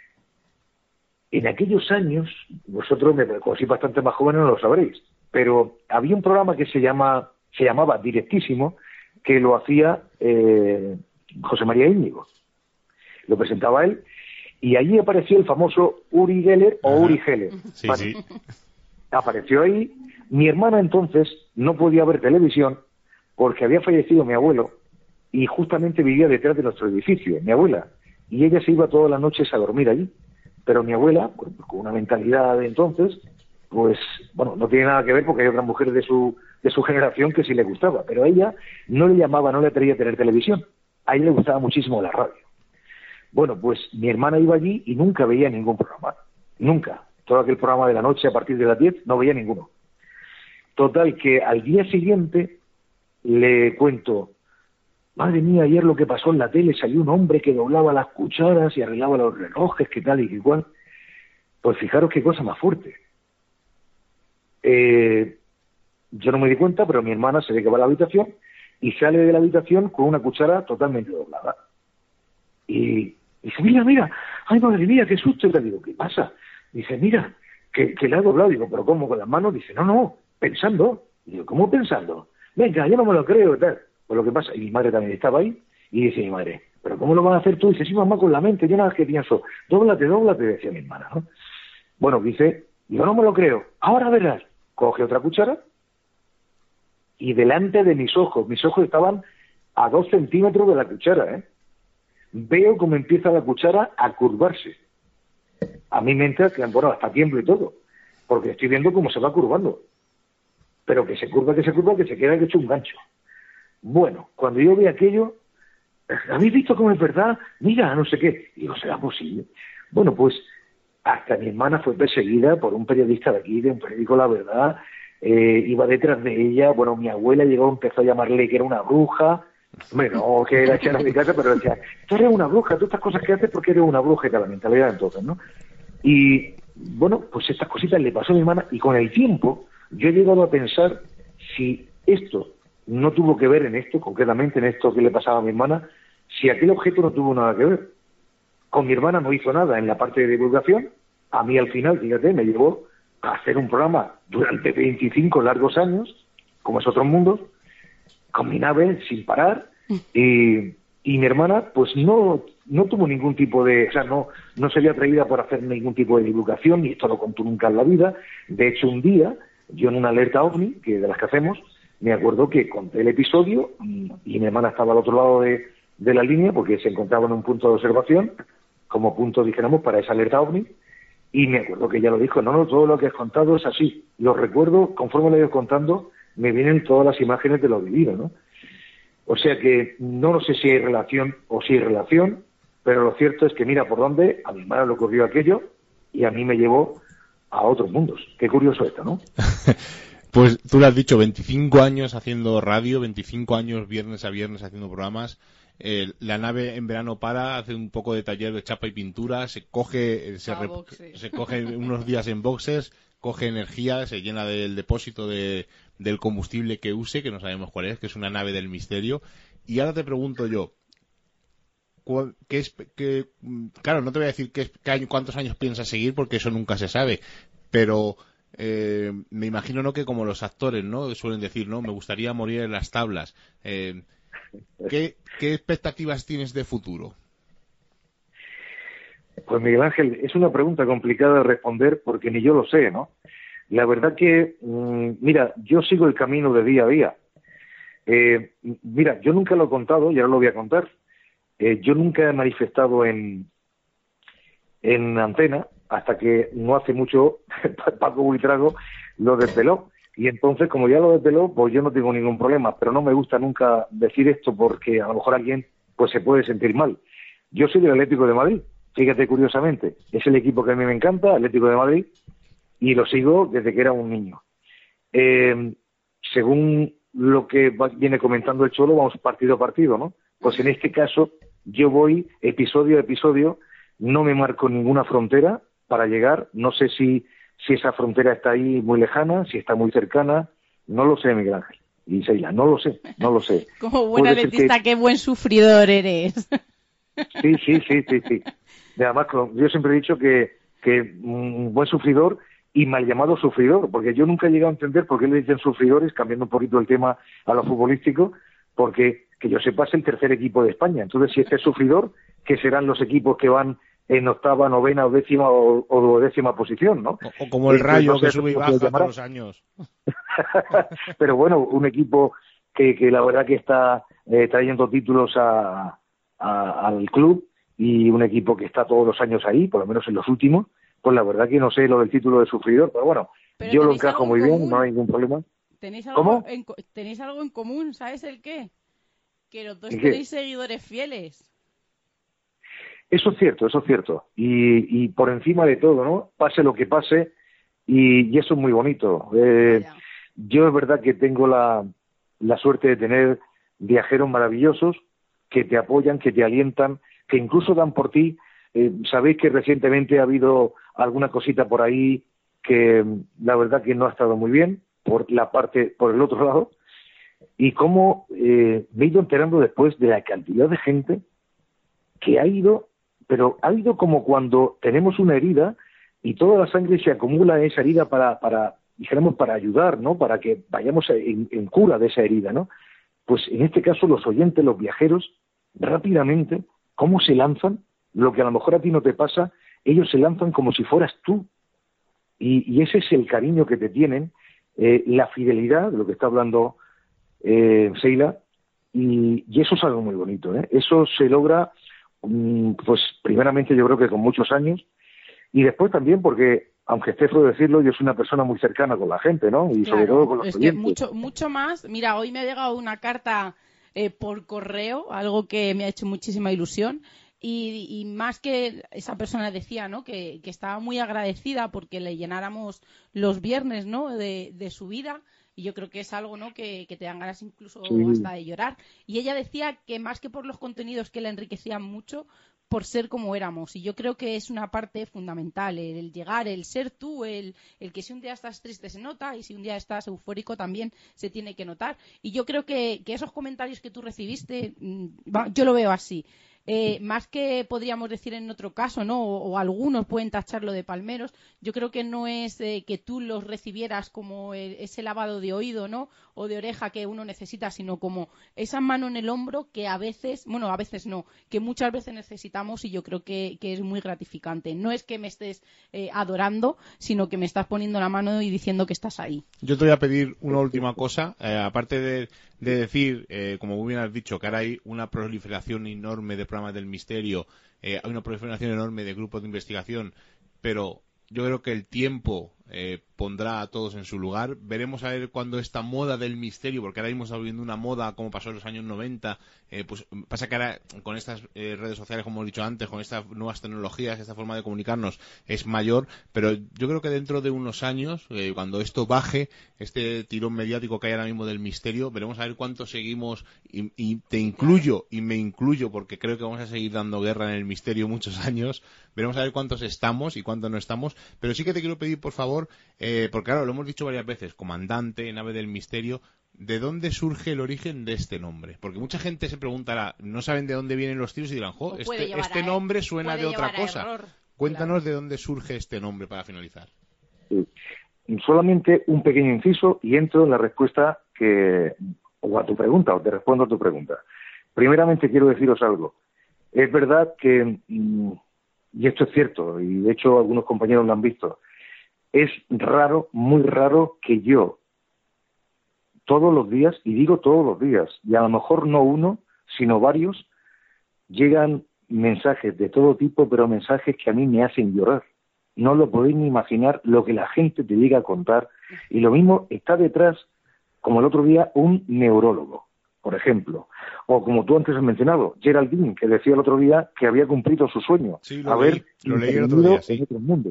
En aquellos años, vosotros, me conocí bastante más joven, no lo sabréis, pero había un programa que se llama se llamaba Directísimo, que lo hacía eh, José María Íñigo. Lo presentaba él. Y allí apareció el famoso Uri Geller o Uri Geller. Sí, vale. sí. Apareció ahí. Mi hermana entonces no podía ver televisión porque había fallecido mi abuelo y justamente vivía detrás de nuestro edificio, mi abuela. Y ella se iba todas las noches a dormir allí. Pero mi abuela, pues, con una mentalidad de entonces, pues, bueno, no tiene nada que ver porque hay otras mujeres de su, de su generación que sí le gustaba. Pero a ella no le llamaba, no le atraía tener televisión. A ella le gustaba muchísimo la radio. Bueno, pues mi hermana iba allí y nunca veía ningún programa. Nunca. Todo aquel programa de la noche a partir de las diez no veía ninguno. Total, que al día siguiente le cuento, madre mía, ayer lo que pasó en la tele, salió un hombre que doblaba las cucharas y arreglaba los relojes, que tal y que igual. Pues fijaros qué cosa más fuerte. Eh, yo no me di cuenta, pero mi hermana se ve que va a la habitación, y sale de la habitación con una cuchara totalmente doblada. Y dice, mira, mira, ay, madre mía, qué susto. Y le digo, ¿qué pasa? Dice, mira, que, que la ha doblado. Digo, ¿pero cómo? ¿Con las manos? Dice, no, no, pensando. Digo, ¿cómo pensando? Venga, yo no me lo creo, tal. Pues lo que pasa, y mi madre también estaba ahí, y dice mi madre, ¿pero cómo lo vas a hacer tú? Dice, sí, mamá, con la mente, yo nada más que pienso, dóblate, dóblate, decía mi hermana, ¿no? Bueno, dice, yo no me lo creo, ahora verás. Coge otra cuchara, y delante de mis ojos, mis ojos estaban a dos centímetros de la cuchara, ¿eh? Veo cómo empieza la cuchara a curvarse. A mí me entra, que, bueno, hasta tiemblo y todo, porque estoy viendo cómo se va curvando. Pero que se curva, que se curva, que se queda hecho un gancho. Bueno, cuando yo vi aquello, ¿habéis visto cómo es verdad? Mira, no sé qué. Digo, ¿será posible? Bueno, pues hasta mi hermana fue perseguida por un periodista de aquí, de un periódico La Verdad, eh, iba detrás de ella. Bueno, mi abuela llegó, empezó a llamarle que era una bruja. Bueno, que era echar a mi casa, pero decía, tú eres una bruja, tú estas cosas que haces porque eres una bruja, que la mentalidad entonces, ¿no? Y bueno, pues estas cositas le pasó a mi hermana, y con el tiempo yo he llegado a pensar si esto no tuvo que ver en esto, concretamente en esto que le pasaba a mi hermana, si aquel objeto no tuvo nada que ver. Con mi hermana no hizo nada en la parte de divulgación, a mí al final, fíjate, me llevó a hacer un programa durante veinticinco largos años, como es Otros Mundos, con mi nave sin parar, y, y mi hermana pues no no tuvo ningún tipo de, o sea, no no se vio atrevida por hacer ningún tipo de divulgación, ni esto lo contó nunca en la vida. De hecho, un día, yo en una alerta OVNI, que de las que hacemos, me acuerdo que conté el episodio y, y mi hermana estaba al otro lado de, de la línea, porque se encontraba en un punto de observación, como punto, dijéramos, para esa alerta OVNI, y me acuerdo que ella lo dijo, no, no, todo lo que has contado es así. Lo recuerdo, conforme lo he ido contando, me vienen todas las imágenes de lo vivido, ¿no? O sea que no lo sé si hay relación o si hay relación, pero lo cierto es que mira por dónde a mi hermana le ocurrió aquello y a mí me llevó a otros mundos. Qué curioso esto, ¿no? Pues tú lo has dicho, veinticinco años haciendo radio, veinticinco años viernes a viernes haciendo programas. Eh, la nave en verano para, hace un poco de taller de chapa y pintura, se coge, se, rep se coge unos días en boxes, coge energía, se llena del depósito de, del combustible que use, que no sabemos cuál es, que es una nave del misterio. Y ahora te pregunto yo, ¿qué es, qué, claro, no te voy a decir qué, qué año, cuántos años piensas seguir, porque eso nunca se sabe, pero eh, me imagino, ¿no?, que como los actores, ¿no?, suelen decir, ¿no?, me gustaría morir en las tablas. Eh, ¿qué, ¿Qué expectativas tienes de futuro? Pues Miguel Ángel, es una pregunta complicada de responder porque ni yo lo sé, ¿no? La verdad que, mmm, mira, yo sigo el camino de día a día. Eh, mira, yo nunca lo he contado y ahora lo voy a contar. Eh, yo nunca he manifestado en, en antena hasta que no hace mucho Paco Buitrago lo desveló. Y entonces, como ya lo desveló, pues yo no tengo ningún problema. Pero no me gusta nunca decir esto porque a lo mejor alguien pues se puede sentir mal. Yo soy del Atlético de Madrid. Fíjate, curiosamente, es el equipo que a mí me encanta, Atlético de Madrid, y lo sigo desde que era un niño. Eh, según lo que va, viene comentando el Cholo, vamos partido a partido, ¿no? Pues en este caso, yo voy episodio a episodio, no me marco ninguna frontera para llegar, no sé si, si esa frontera está ahí muy lejana, si está muy cercana, no lo sé, Miguel Ángel. Y Seila, no lo sé, no lo sé. Como buen atletista, que... qué buen sufridor eres. Sí, sí, sí, sí, sí. Además, yo siempre he dicho que, que un buen sufridor y mal llamado sufridor, porque yo nunca he llegado a entender por qué le dicen sufridores, cambiando un poquito el tema a lo futbolístico, porque que yo sepa es el tercer equipo de España. Entonces, si este es sufridor, ¿qué serán los equipos que van en octava, novena o décima o, o duodécima posición, ¿no? O, o como el Rayo, que sube y baja todos los años. Pero bueno, un equipo que, que la verdad que está eh, trayendo títulos a, a, al club, y un equipo que está todos los años ahí, por lo menos en los últimos, pues la verdad que no sé lo del título de sufridor, pero bueno, pero yo lo encajo muy bien, no hay ningún problema. ¿Tenéis algo ¿Cómo? En, tenéis algo en común, ¿sabes el qué? Que los dos tenéis seguidores fieles. Eso es cierto, eso es cierto. Y, y por encima de todo, ¿no? Pase lo que pase, y, y eso es muy bonito. Eh, yo es verdad que tengo la, la suerte de tener viajeros maravillosos que te apoyan, que te alientan, que incluso dan por ti. Eh, sabéis que recientemente ha habido alguna cosita por ahí que la verdad que no ha estado muy bien, por la parte, por el otro lado, y cómo eh, me he ido enterando después de la cantidad de gente que ha ido, pero ha ido como cuando tenemos una herida y toda la sangre se acumula en esa herida para, para dijéramos, para ayudar, ¿no? Para que vayamos en, en cura de esa herida, ¿no? Pues en este caso los oyentes, los viajeros, rápidamente, ¿cómo se lanzan? Lo que a lo mejor a ti no te pasa, ellos se lanzan como si fueras tú. Y, y ese es el cariño que te tienen, eh, la fidelidad, de lo que está hablando eh, Sheila, y, y eso es algo muy bonito, ¿eh? Eso se logra, um, pues primeramente yo creo que con muchos años, y después también porque, aunque esté feo decirlo, yo soy una persona muy cercana con la gente, ¿no? Y claro, sobre todo con los es oyentes. que mucho, mucho más. Mira, hoy me ha llegado una carta eh, por correo, algo que me ha hecho muchísima ilusión. Y, y más que esa persona decía, ¿no? Que, que estaba muy agradecida porque le llenáramos los viernes, ¿no? De, de su vida. Y yo creo que es algo, ¿no? Que, que te dan ganas incluso Sí. hasta de llorar. Y ella decía que más que por los contenidos que la enriquecían mucho, por ser como éramos. Y yo creo que es una parte fundamental, el, el llegar, el ser tú, el, el que si un día estás triste se nota y si un día estás eufórico también se tiene que notar. Y yo creo que, que esos comentarios que tú recibiste, yo lo veo así. Eh, más que podríamos decir en otro caso, ¿no? O, o algunos pueden tacharlo de palmeros. Yo creo que no es eh, que tú los recibieras como el, ese lavado de oído, ¿no? O de oreja que uno necesita, sino como esa mano en el hombro que a veces, bueno, a veces no, que muchas veces necesitamos y yo creo que, que es muy gratificante. No es que me estés eh, adorando, sino que me estás poniendo la mano y diciendo que estás ahí. Yo te voy a pedir una última cosa, eh, aparte de, de decir, eh, como muy bien has dicho, que ahora hay una proliferación enorme de programas del misterio, eh, hay una proliferación enorme de grupos de investigación, pero yo creo que el tiempo eh, pondrá a todos en su lugar. Veremos a ver cuándo esta moda del misterio, porque ahora mismo estamos viendo una moda como pasó en los años noventa, eh, pues pasa que ahora con estas eh, redes sociales, como he dicho antes, con estas nuevas tecnologías, esta forma de comunicarnos es mayor, pero yo creo que dentro de unos años, eh, cuando esto baje, este tirón mediático que hay ahora mismo del misterio, veremos a ver cuánto seguimos, y, y te incluyo, y me incluyo, porque creo que vamos a seguir dando guerra en el misterio muchos años, veremos a ver cuántos estamos y cuántos no estamos, pero sí que te quiero pedir, por favor, eh, porque claro, lo hemos dicho varias veces, comandante, nave del misterio, ¿de dónde surge el origen de este nombre? Porque mucha gente se preguntará, no saben de dónde vienen los tiros y dirán, jo, este, este nombre suena de otra cosa. Error. Cuéntanos claro. de dónde surge este nombre para finalizar. Sí. Solamente un pequeño inciso y entro en la respuesta que, o a tu pregunta, o te respondo a tu pregunta. Primeramente quiero deciros algo. Es verdad que, y esto es cierto, y de hecho algunos compañeros lo han visto, es raro, muy raro que yo todos los días, y digo todos los días, y a lo mejor no uno, sino varios, llegan mensajes de todo tipo, pero mensajes que a mí me hacen llorar. No lo podéis ni imaginar lo que la gente te llega a contar. Y lo mismo está detrás, como el otro día, un neurólogo, por ejemplo. O como tú antes has mencionado, Geraldine, que decía el otro día que había cumplido su sueño. Sí, lo haber leí, lo leí el otro día, sí. En otro mundo.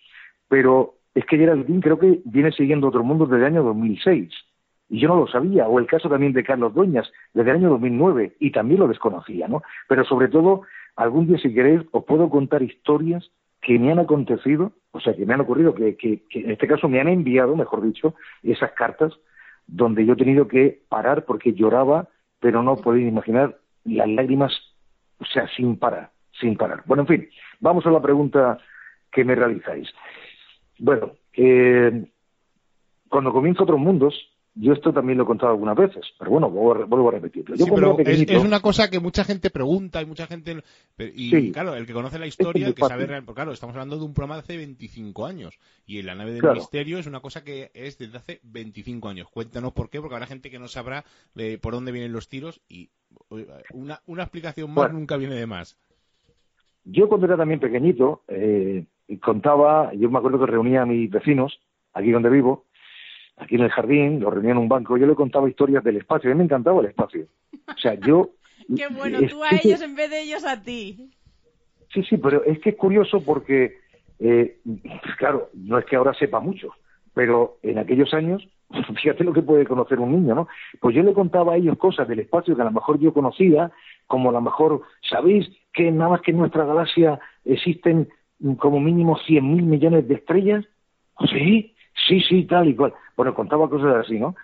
Pero es que Geraldine creo que viene siguiendo Otro Mundo desde el año dos mil seis. Y yo no lo sabía. O el caso también de Carlos Dueñas, desde el año dos mil nueve. Y también lo desconocía, ¿no? Pero sobre todo, algún día, si queréis, os puedo contar historias que me han acontecido, o sea, que me han ocurrido, que, que, que en este caso me han enviado, mejor dicho, esas cartas, donde yo he tenido que parar porque lloraba, pero no podéis imaginar las lágrimas, o sea, sin parar, sin parar. Bueno, en fin, vamos a la pregunta que me realizáis. Bueno, eh, cuando comienzo Otros Mundos, yo esto también lo he contado algunas veces, pero bueno, vuelvo a repetirlo. Yo sí, pero es, es una cosa que mucha gente pregunta y mucha gente... Y sí, claro, el que conoce la historia, el que sabe... Porque claro, estamos hablando de un programa de hace veinticinco años y en La Nave del claro. Misterio es una cosa que es desde hace veinticinco años. Cuéntanos por qué, porque habrá gente que no sabrá eh, por dónde vienen los tiros y una, una explicación más bueno, nunca viene de más. Yo cuando era también pequeñito, eh, contaba, yo me acuerdo que reunía a mis vecinos, aquí donde vivo, aquí en el jardín, lo reunía en un banco, yo le contaba historias del espacio, a mí me encantaba el espacio. O sea, yo... Qué bueno, es, tú a ellos que, en vez de ellos a ti. Sí, sí, pero es que es curioso porque, eh, claro, no es que ahora sepa mucho, pero en aquellos años, fíjate lo que puede conocer un niño, ¿no? Pues yo le contaba a ellos cosas del espacio que a lo mejor yo conocía, como a lo mejor, ¿sabéis que nada más que en nuestra galaxia existen como mínimo cien mil millones de estrellas? Sí, sí, sí, tal y cual. Bueno, contaba cosas así, ¿no?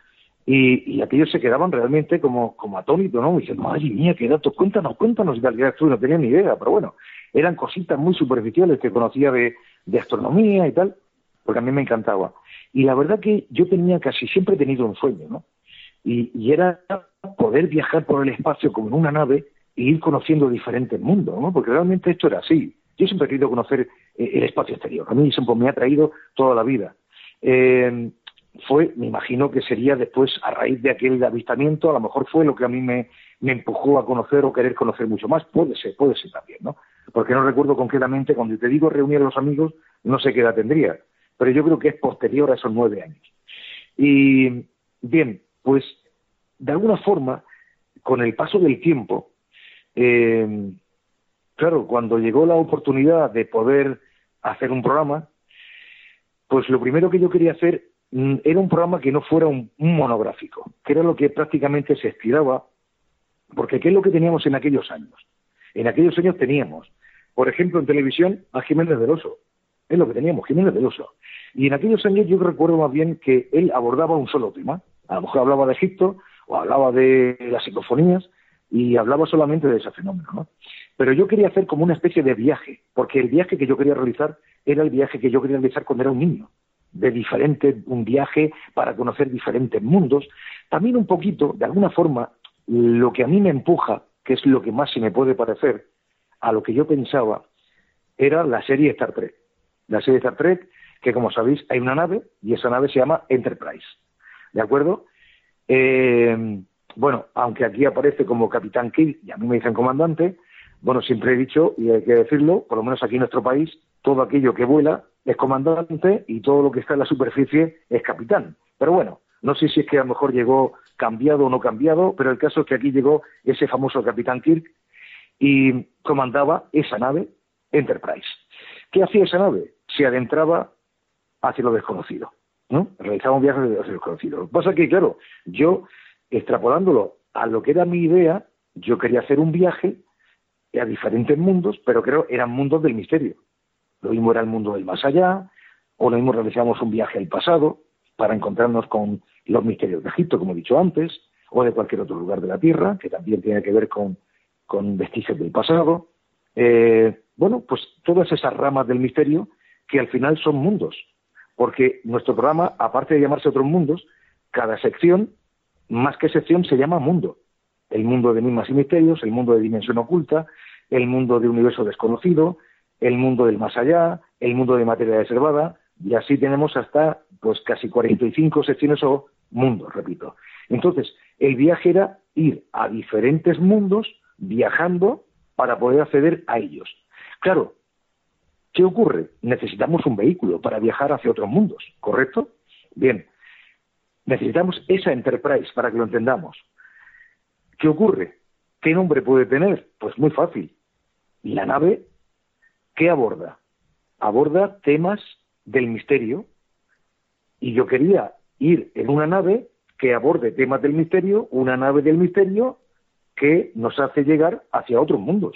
Y, y aquellos se quedaban realmente como, como atónitos, ¿no? Y dicen, madre mía, qué datos, cuéntanos, cuéntanos, y tal, ya tú no tenías ni idea, pero bueno, eran cositas muy superficiales que conocía de, de astronomía y tal, porque a mí me encantaba. Y la verdad que yo tenía casi siempre he tenido un sueño, ¿no? Y, y era poder viajar por el espacio como en una nave e ir conociendo diferentes mundos, ¿no? Porque realmente esto era así. Yo siempre he querido conocer eh, el espacio exterior. A mí siempre me ha atraído toda la vida. Eh, fue, me imagino que sería después, a raíz de aquel avistamiento, a lo mejor fue lo que a mí me, me empujó a conocer o querer conocer mucho más. Puede ser, puede ser también, ¿no? Porque no recuerdo concretamente, cuando te digo reunir a los amigos, no sé qué edad tendría, pero yo creo que es posterior a esos nueve años. Y, bien, pues, de alguna forma, con el paso del tiempo, eh, claro, cuando llegó la oportunidad de poder hacer un programa, pues lo primero que yo quería hacer era un programa que no fuera un, un monográfico, que era lo que prácticamente se estiraba, porque ¿qué es lo que teníamos en aquellos años? En aquellos años teníamos, por ejemplo, en televisión, a Jiménez del Oso. Es lo que teníamos, Jiménez del Oso. Y en aquellos años yo recuerdo más bien que él abordaba un solo tema. A lo mejor hablaba de Egipto, o hablaba de las psicofonías, y hablaba solamente de ese fenómeno, ¿no? Pero yo quería hacer como una especie de viaje, porque el viaje que yo quería realizar era el viaje que yo quería realizar cuando era un niño, de diferente, un viaje para conocer diferentes mundos. También un poquito, de alguna forma, lo que a mí me empuja, que es lo que más se me puede parecer a lo que yo pensaba, era la serie Star Trek. La serie Star Trek, que como sabéis, hay una nave, y esa nave se llama Enterprise. ¿De acuerdo? Eh, bueno, aunque aquí aparece como Capitán Kirk, y a mí me dicen comandante, bueno, siempre he dicho, y hay que decirlo, por lo menos aquí en nuestro país, todo aquello que vuela es comandante y todo lo que está en la superficie es capitán. Pero bueno, no sé si es que a lo mejor llegó cambiado o no cambiado, pero el caso es que aquí llegó ese famoso Capitán Kirk y comandaba esa nave Enterprise. ¿Qué hacía esa nave? Se adentraba hacia lo desconocido, ¿no? Realizaba un viaje hacia lo desconocido. Lo que pasa es que, claro, yo, extrapolándolo a lo que era mi idea, yo quería hacer un viaje a diferentes mundos, pero creo eran mundos del misterio. Lo mismo era el mundo del más allá, o lo mismo realizamos un viaje al pasado para encontrarnos con los misterios de Egipto, como he dicho antes, o de cualquier otro lugar de la Tierra, que también tiene que ver con, con vestigios del pasado. Eh, bueno, pues todas esas ramas del misterio que al final son mundos, porque nuestro programa, aparte de llamarse Otros Mundos, cada sección, más que sección, se llama mundo. El mundo de enigmas y misterios, el mundo de dimensión oculta, el mundo de universo desconocido, el mundo del más allá, el mundo de materia reservada, y así tenemos hasta pues casi cuarenta y cinco secciones o mundos, repito. Entonces, el viaje era ir a diferentes mundos viajando para poder acceder a ellos. Claro, ¿qué ocurre? Necesitamos un vehículo para viajar hacia otros mundos, ¿correcto? Bien, necesitamos esa Enterprise para que lo entendamos. ¿Qué ocurre? ¿Qué nombre puede tener? Pues muy fácil. La nave, ¿qué aborda? Aborda temas del misterio, y yo quería ir en una nave que aborde temas del misterio, una nave del misterio que nos hace llegar hacia otros mundos.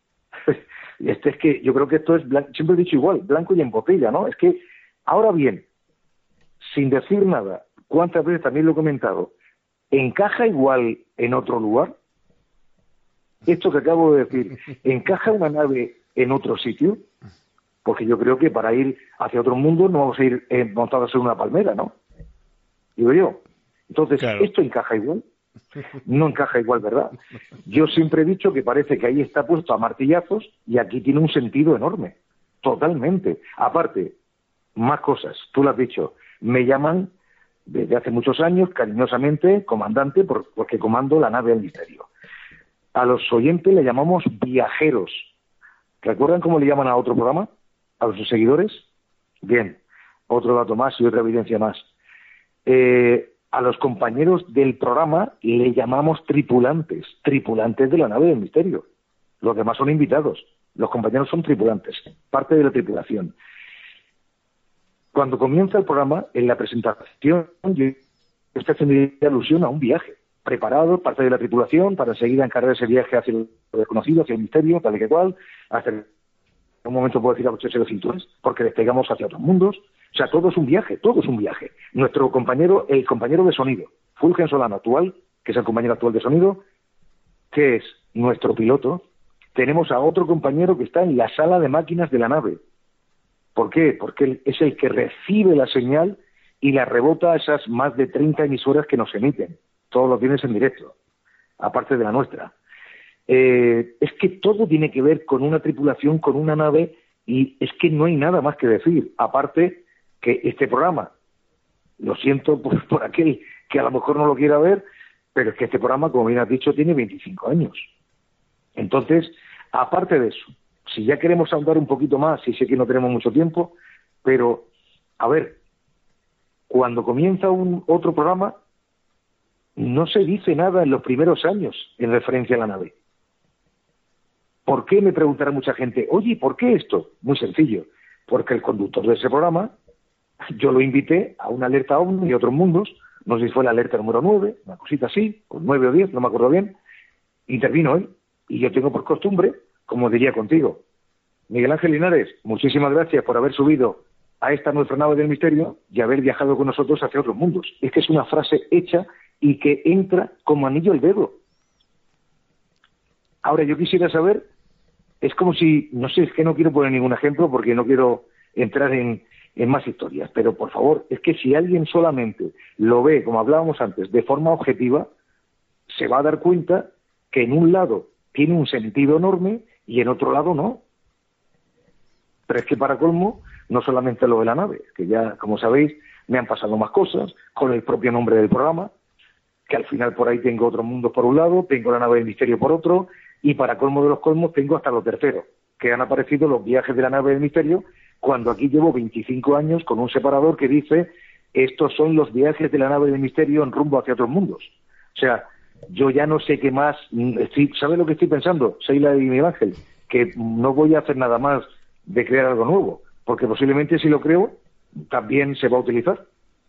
Y este es que yo creo que esto es, blanco, siempre he dicho igual, blanco y en botella, ¿no? Es que, ahora bien, sin decir nada, cuántas veces también lo he comentado, ¿encaja igual en otro lugar? Esto que acabo de decir, ¿encaja una nave en otro sitio? Porque yo creo que para ir hacia otro mundo no vamos a ir eh, montados en una palmera, ¿no? Digo yo. Entonces, claro. ¿Esto encaja igual? No encaja igual, ¿verdad? Yo siempre he dicho que parece que ahí está puesto a martillazos y aquí tiene un sentido enorme. Totalmente. Aparte, más cosas. Tú lo has dicho. Me llaman desde hace muchos años, cariñosamente, comandante, por, porque comando la nave del misterio. A los oyentes le llamamos viajeros. ¿Recuerdan cómo le llaman a otro programa? ¿A los seguidores? Bien. Otro dato más y otra evidencia más. Eh... A los compañeros del programa le llamamos tripulantes, tripulantes de la nave del misterio. Los demás son invitados, los compañeros son tripulantes, parte de la tripulación. Cuando comienza el programa, en la presentación, yo estoy haciendo alusión a un viaje preparado, parte de la tripulación, para enseguida encargar ese viaje hacia lo desconocido, hacia el misterio, tal y que cual, hasta un momento puedo decir a los cinturones, porque despegamos hacia otros mundos. O sea, todo es un viaje, todo es un viaje. Nuestro compañero, el compañero de sonido, Fulgen Solano actual, que es el compañero actual de sonido, que es nuestro piloto. Tenemos a otro compañero que está en la sala de máquinas de la nave. ¿Por qué? Porque él es el que recibe la señal y la rebota a esas más de treinta emisoras que nos emiten. Todos los viernes en directo, aparte de la nuestra. Eh, es que todo tiene que ver con una tripulación, con una nave, y es que no hay nada más que decir. Aparte que este programa, lo siento por, por aquel que a lo mejor no lo quiera ver, pero es que este programa, como bien has dicho, tiene veinticinco años. Entonces, aparte de eso, si ya queremos ahondar un poquito más, y sé que no tenemos mucho tiempo, pero, a ver, cuando comienza un otro programa, no se dice nada en los primeros años en referencia a la nave. ¿Por qué? Me preguntará mucha gente. Oye, ¿por qué esto? Muy sencillo. Porque el conductor de ese programa, yo lo invité a una alerta OVNI y otros mundos, no sé si fue la alerta número nueve, una cosita así, o nueve o diez, no me acuerdo bien, intervino él. Y yo tengo por costumbre, como diría contigo, Miguel Ángel Linares, muchísimas gracias por haber subido a esta nuestra nave del misterio y haber viajado con nosotros hacia otros mundos. Es que es una frase hecha y que entra como anillo al dedo. Ahora, yo quisiera saber, es como si, no sé, es que no quiero poner ningún ejemplo porque no quiero entrar en, en más historias, pero por favor, es que si alguien solamente lo ve, como hablábamos antes, de forma objetiva, se va a dar cuenta que en un lado tiene un sentido enorme y en otro lado no. Pero es que para colmo, no solamente lo de la nave, que ya, como sabéis, me han pasado más cosas con el propio nombre del programa, que al final por ahí tengo otros mundos por un lado, tengo la nave del misterio por otro, y para colmo de los colmos tengo hasta lo tercero, que han aparecido los viajes de la nave del misterio, cuando aquí llevo veinticinco años con un separador que dice, estos son los viajes de la nave del misterio en rumbo hacia otros mundos. O sea, yo ya no sé qué más, estoy, ¿sabes lo que estoy pensando, Sheila y Miguel Ángel? Que no voy a hacer nada más de crear algo nuevo, porque posiblemente si lo creo, también se va a utilizar.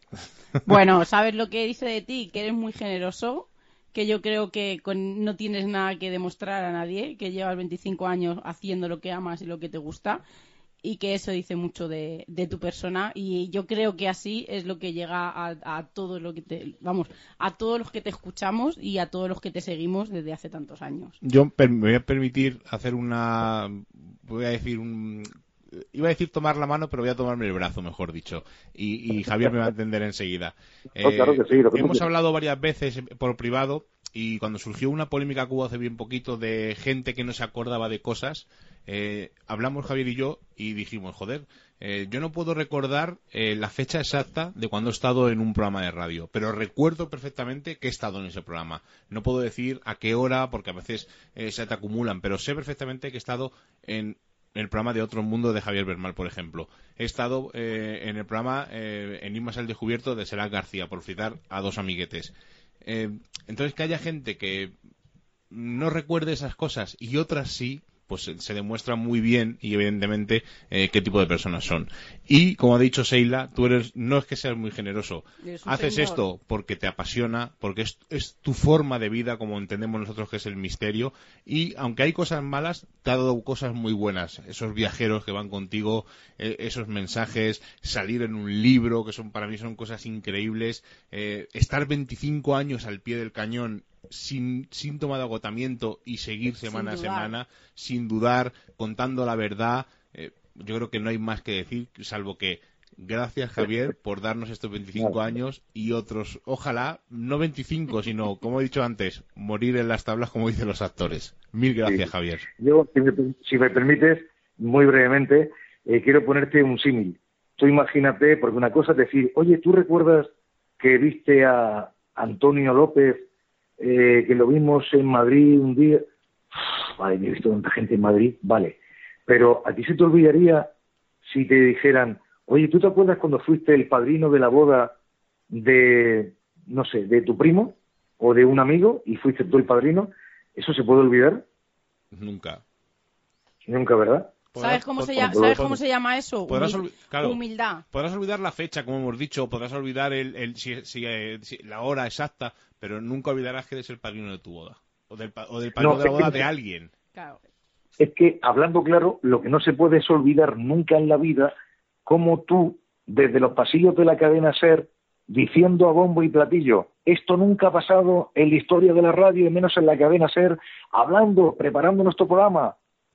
Bueno, ¿sabes lo que dice de ti? Que eres muy generoso, que yo creo que con, no tienes nada que demostrar a nadie, que llevas veinticinco años haciendo lo que amas y lo que te gusta, y que eso dice mucho de, de tu persona, y yo creo que así es lo que llega a, a todo lo que te, vamos, a todos los que te escuchamos y a todos los que te seguimos desde hace tantos años. Yo me voy a permitir hacer una, voy a decir un, iba a decir tomar la mano, pero voy a tomarme el brazo, mejor dicho, y, y Javier me va a entender enseguida. Eh, oh, claro que sí, lo que hemos hablado varias veces por privado, y cuando surgió una polémica que hubo hace bien poquito de gente que no se acordaba de cosas, eh, hablamos Javier y yo y dijimos, joder, eh, yo no puedo recordar eh, la fecha exacta de cuando he estado en un programa de radio, pero recuerdo perfectamente que he estado en ese programa. No puedo decir a qué hora, porque a veces eh, se te acumulan, pero sé perfectamente que he estado en el programa de Otro Mundo de Javier Bernal, por ejemplo. He estado eh, en el programa eh, Enigmas al Descubierto de Serán García, por citar a dos amiguetes. Eh, entonces, que haya gente que no recuerde esas cosas y otras sí, pues se demuestra muy bien y evidentemente eh, qué tipo de personas son. Y como ha dicho Sheila, tú eres, no es que seas muy generoso, haces señor. Esto porque te apasiona, porque es, es tu forma de vida, como entendemos nosotros que es el misterio, y aunque hay cosas malas, te ha dado cosas muy buenas, esos viajeros que van contigo, eh, esos mensajes, salir en un libro, que son para mí son cosas increíbles, eh, estar veinticinco años al pie del cañón sin síntoma de agotamiento y seguir semana a semana, sin dudar, contando la verdad. Eh, yo creo que no hay más que decir, salvo que gracias, Javier, por darnos estos veinticinco años y otros, ojalá, no veinticinco, sino, como he dicho antes, morir en las tablas, como dicen los actores. Mil gracias, sí. Javier. Yo, si me, si me permites, muy brevemente, eh, quiero ponerte un símil. Tú imagínate, porque una cosa es decir, oye, ¿tú recuerdas que viste a Antonio López, Eh, que lo vimos en Madrid un día? Uf, vale, me he visto tanta gente en Madrid, vale, pero ¿a ti se te olvidaría si te dijeran, oye, ¿tú te acuerdas cuando fuiste el padrino de la boda de, no sé, de tu primo o de un amigo y fuiste tú el padrino? ¿Eso se puede olvidar? Nunca. Nunca, ¿verdad? ¿Sabes cómo, se llama, ¿Sabes cómo se llama eso? Humil claro, humildad. Podrás olvidar la fecha, como hemos dicho, podrás olvidar el, el, si, si, eh, si, la hora exacta, pero nunca olvidarás que eres el padrino de tu boda. O del, o del padrino no, de la boda que, de alguien. Claro. Es que, hablando claro, lo que no se puede es olvidar nunca en la vida cómo tú, desde los pasillos de la cadena SER, diciendo a bombo y platillo, esto nunca ha pasado en la historia de la radio, y menos en la cadena SER, hablando, preparando nuestro programa,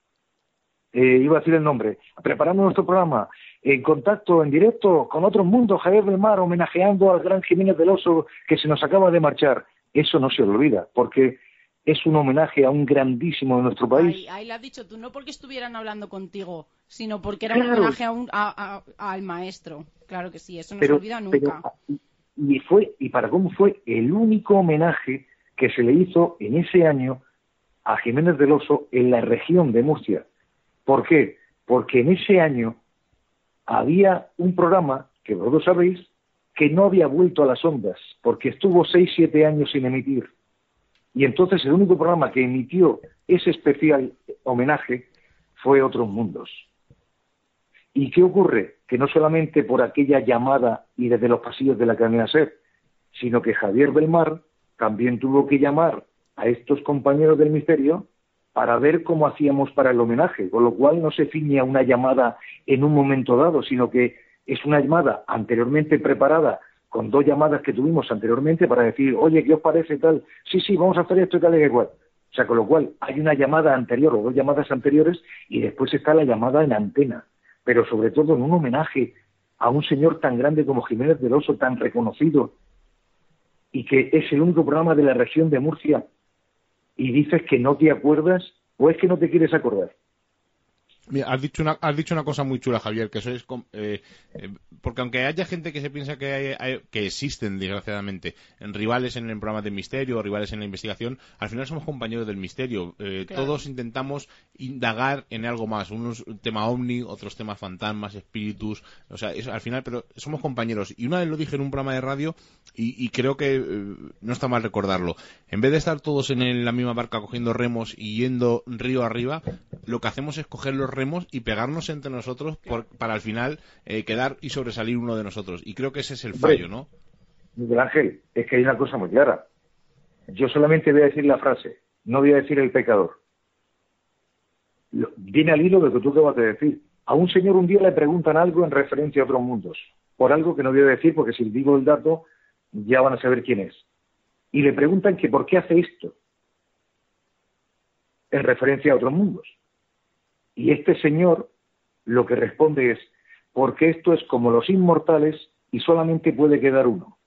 eh, iba a decir el nombre, preparando nuestro programa, en contacto, en directo con otros mundos, Javier del Mar, homenajeando al gran Jiménez del Oso, que se nos acaba de marchar. Eso no se olvida, porque es un homenaje a un grandísimo de nuestro país. Ahí, ahí lo has dicho tú, no porque estuvieran hablando contigo, sino porque era claro. un homenaje a un, a, a, al maestro. Claro que sí, eso no pero, se olvida nunca. Pero, y fue, y para cómo fue el único homenaje que se le hizo en ese año a Jiménez del Oso en la región de Murcia. ¿Por qué? Porque en ese año había un programa, que vosotros sabéis, que no había vuelto a las ondas, porque estuvo seis, siete años sin emitir. Y entonces el único programa que emitió ese especial homenaje fue Otros Mundos. ¿Y qué ocurre? Que no solamente por aquella llamada y desde los pasillos de la cadena SER, sino que Javier del Mar también tuvo que llamar a estos compañeros del Misterio para ver cómo hacíamos para el homenaje, con lo cual no se ciña una llamada en un momento dado, sino que es una llamada anteriormente preparada, con dos llamadas que tuvimos anteriormente para decir, oye, ¿qué os parece tal? Sí, sí, vamos a hacer esto y tal y igual. O sea, con lo cual hay una llamada anterior o dos llamadas anteriores y después está la llamada en antena, pero sobre todo en un homenaje a un señor tan grande como Jiménez del Oso, tan reconocido, y que es el único programa de la región de Murcia, y dices que no te acuerdas, o es que no te quieres acordar. Mira, has dicho una, has dicho una cosa muy chula, Javier, que eso es eh, eh, porque aunque haya gente que se piensa que hay, hay, que existen, desgraciadamente, en rivales en el programa de misterio, rivales en la investigación, al final somos compañeros del misterio. Eh, claro. Todos intentamos indagar en algo más, unos tema ovni, otros temas fantasmas, espíritus, o sea, eso, al final, pero somos compañeros. Y una vez lo dije en un programa de radio y, y creo que eh, no está mal recordarlo. En vez de estar todos en el, la misma barca cogiendo remos y yendo río arriba, lo que hacemos es coger los remos y pegarnos entre nosotros por, para al final eh, quedar y sobresalir uno de nosotros. Y creo que ese es el fallo, ¿no? Miguel Ángel, es que hay una cosa muy clara. Yo solamente voy a decir la frase, no voy a decir el pecador. Lo, viene al hilo de lo que tú acabas de decir. A un señor un día le preguntan algo en referencia a otros mundos, por algo que no voy a decir, porque si digo el dato ya van a saber quién es. Y le preguntan que por qué hace esto en referencia a otros mundos. Y este señor lo que responde es, porque esto es como los inmortales y solamente puede quedar uno.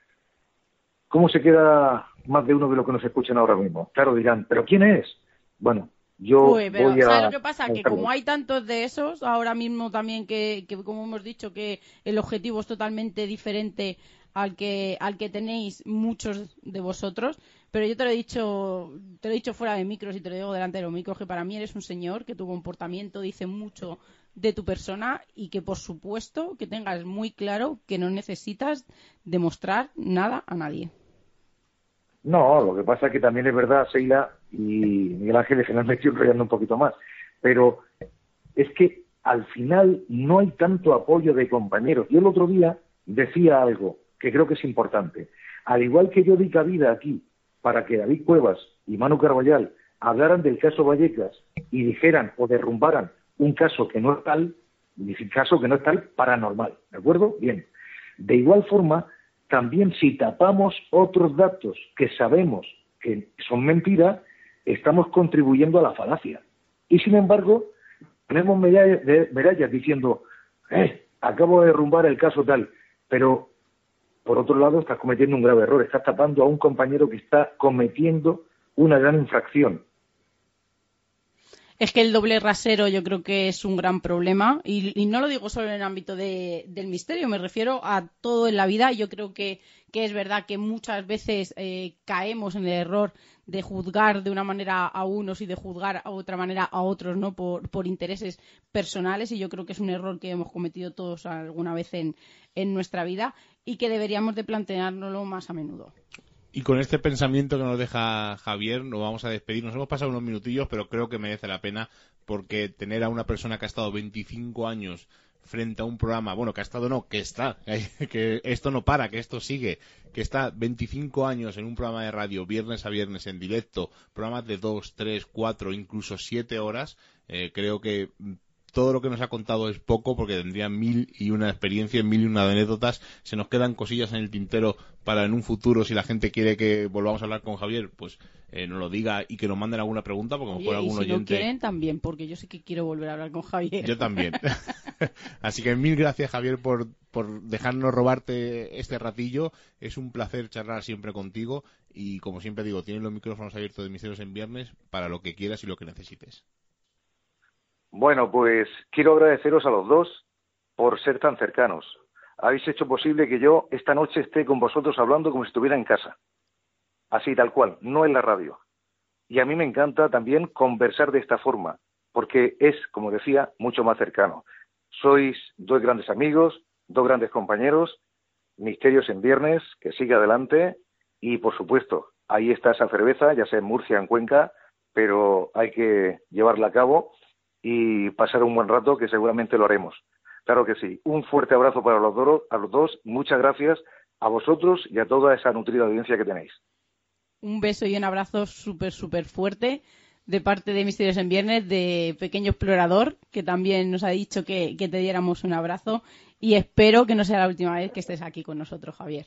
¿Cómo se queda más de uno de lo que nos escuchan ahora mismo? Claro, dirán, ¿pero quién es? Bueno, yo Uy, pero, voy a... ¿sabes lo que pasa? Que como hay tantos de esos, ahora mismo también que, que como hemos dicho, que el objetivo es totalmente diferente al que al que tenéis muchos de vosotros, pero yo te lo he dicho te lo he dicho fuera de micros y te lo digo delante de los micros, que para mí eres un señor que tu comportamiento dice mucho de tu persona y que por supuesto que tengas muy claro que no necesitas demostrar nada a nadie. No, lo que pasa es que también es verdad, Seila y Miguel Ángel, que me han metido enrollando un poquito más, pero es que al final no hay tanto apoyo de compañeros. Yo el otro día decía algo que creo que es importante. Al igual que yo di cabida aquí para que David Cuevas y Manu Carballal hablaran del caso Vallecas y dijeran o derrumbaran un caso que no es tal, un caso que no es tal paranormal, ¿de acuerdo? Bien. De igual forma, también si tapamos otros datos que sabemos que son mentiras, estamos contribuyendo a la falacia. Y sin embargo, tenemos medallas, de, medallas diciendo, eh, acabo de derrumbar el caso tal, pero por otro lado estás cometiendo un grave error, estás tapando a un compañero que está cometiendo una gran infracción. Es que el doble rasero yo creo que es un gran problema y, y no lo digo solo en el ámbito de, del misterio, me refiero a todo en la vida. Yo creo que, que es verdad que muchas veces eh, caemos en el error de juzgar de una manera a unos y de juzgar a otra manera a otros, ¿no? Por, por intereses personales, y yo creo que es un error que hemos cometido todos alguna vez en, en nuestra vida y que deberíamos de planteárnoslo más a menudo. Y con este pensamiento que nos deja Javier, nos vamos a despedir. Nos hemos pasado unos minutillos, pero creo que merece la pena, porque tener a una persona que ha estado veinticinco años frente a un programa, bueno, que ha estado no, que está, que esto no para, que esto sigue, que está veinticinco años en un programa de radio, viernes a viernes, en directo, programas de dos, tres, cuatro, incluso siete horas, eh, creo que todo lo que nos ha contado es poco, porque tendría mil y una experiencias, mil y una anécdotas. Se nos quedan cosillas en el tintero para en un futuro, si la gente quiere que volvamos a hablar con Javier, pues eh, nos lo diga y que nos manden alguna pregunta, porque a lo mejor Oye, algún y si oyente... no quieren también, porque yo sé que quiero volver a hablar con Javier. Yo también. Así que mil gracias, Javier, por, por dejarnos robarte este ratillo. Es un placer charlar siempre contigo y, como siempre digo, tienes los micrófonos abiertos de Misterios en Viernes para lo que quieras y lo que necesites. Bueno, pues quiero agradeceros a los dos por ser tan cercanos. Habéis hecho posible que yo esta noche esté con vosotros hablando como si estuviera en casa. Así, tal cual, no en la radio. Y a mí me encanta también conversar de esta forma, porque es, como decía, mucho más cercano. Sois dos grandes amigos, dos grandes compañeros, Misterios en Viernes, que sigue adelante, y por supuesto, ahí está esa cerveza, ya sea en Murcia, en Cuenca, pero hay que llevarla a cabo y pasar un buen rato, que seguramente lo haremos. Claro que sí. Un fuerte abrazo para los dos, a los dos. Muchas gracias a vosotros y a toda esa nutrida audiencia que tenéis. Un beso y un abrazo súper, súper fuerte de parte de Misterios en Viernes, de Pequeño Explorador, que también nos ha dicho que, que te diéramos un abrazo, y espero que no sea la última vez que estés aquí con nosotros, Javier.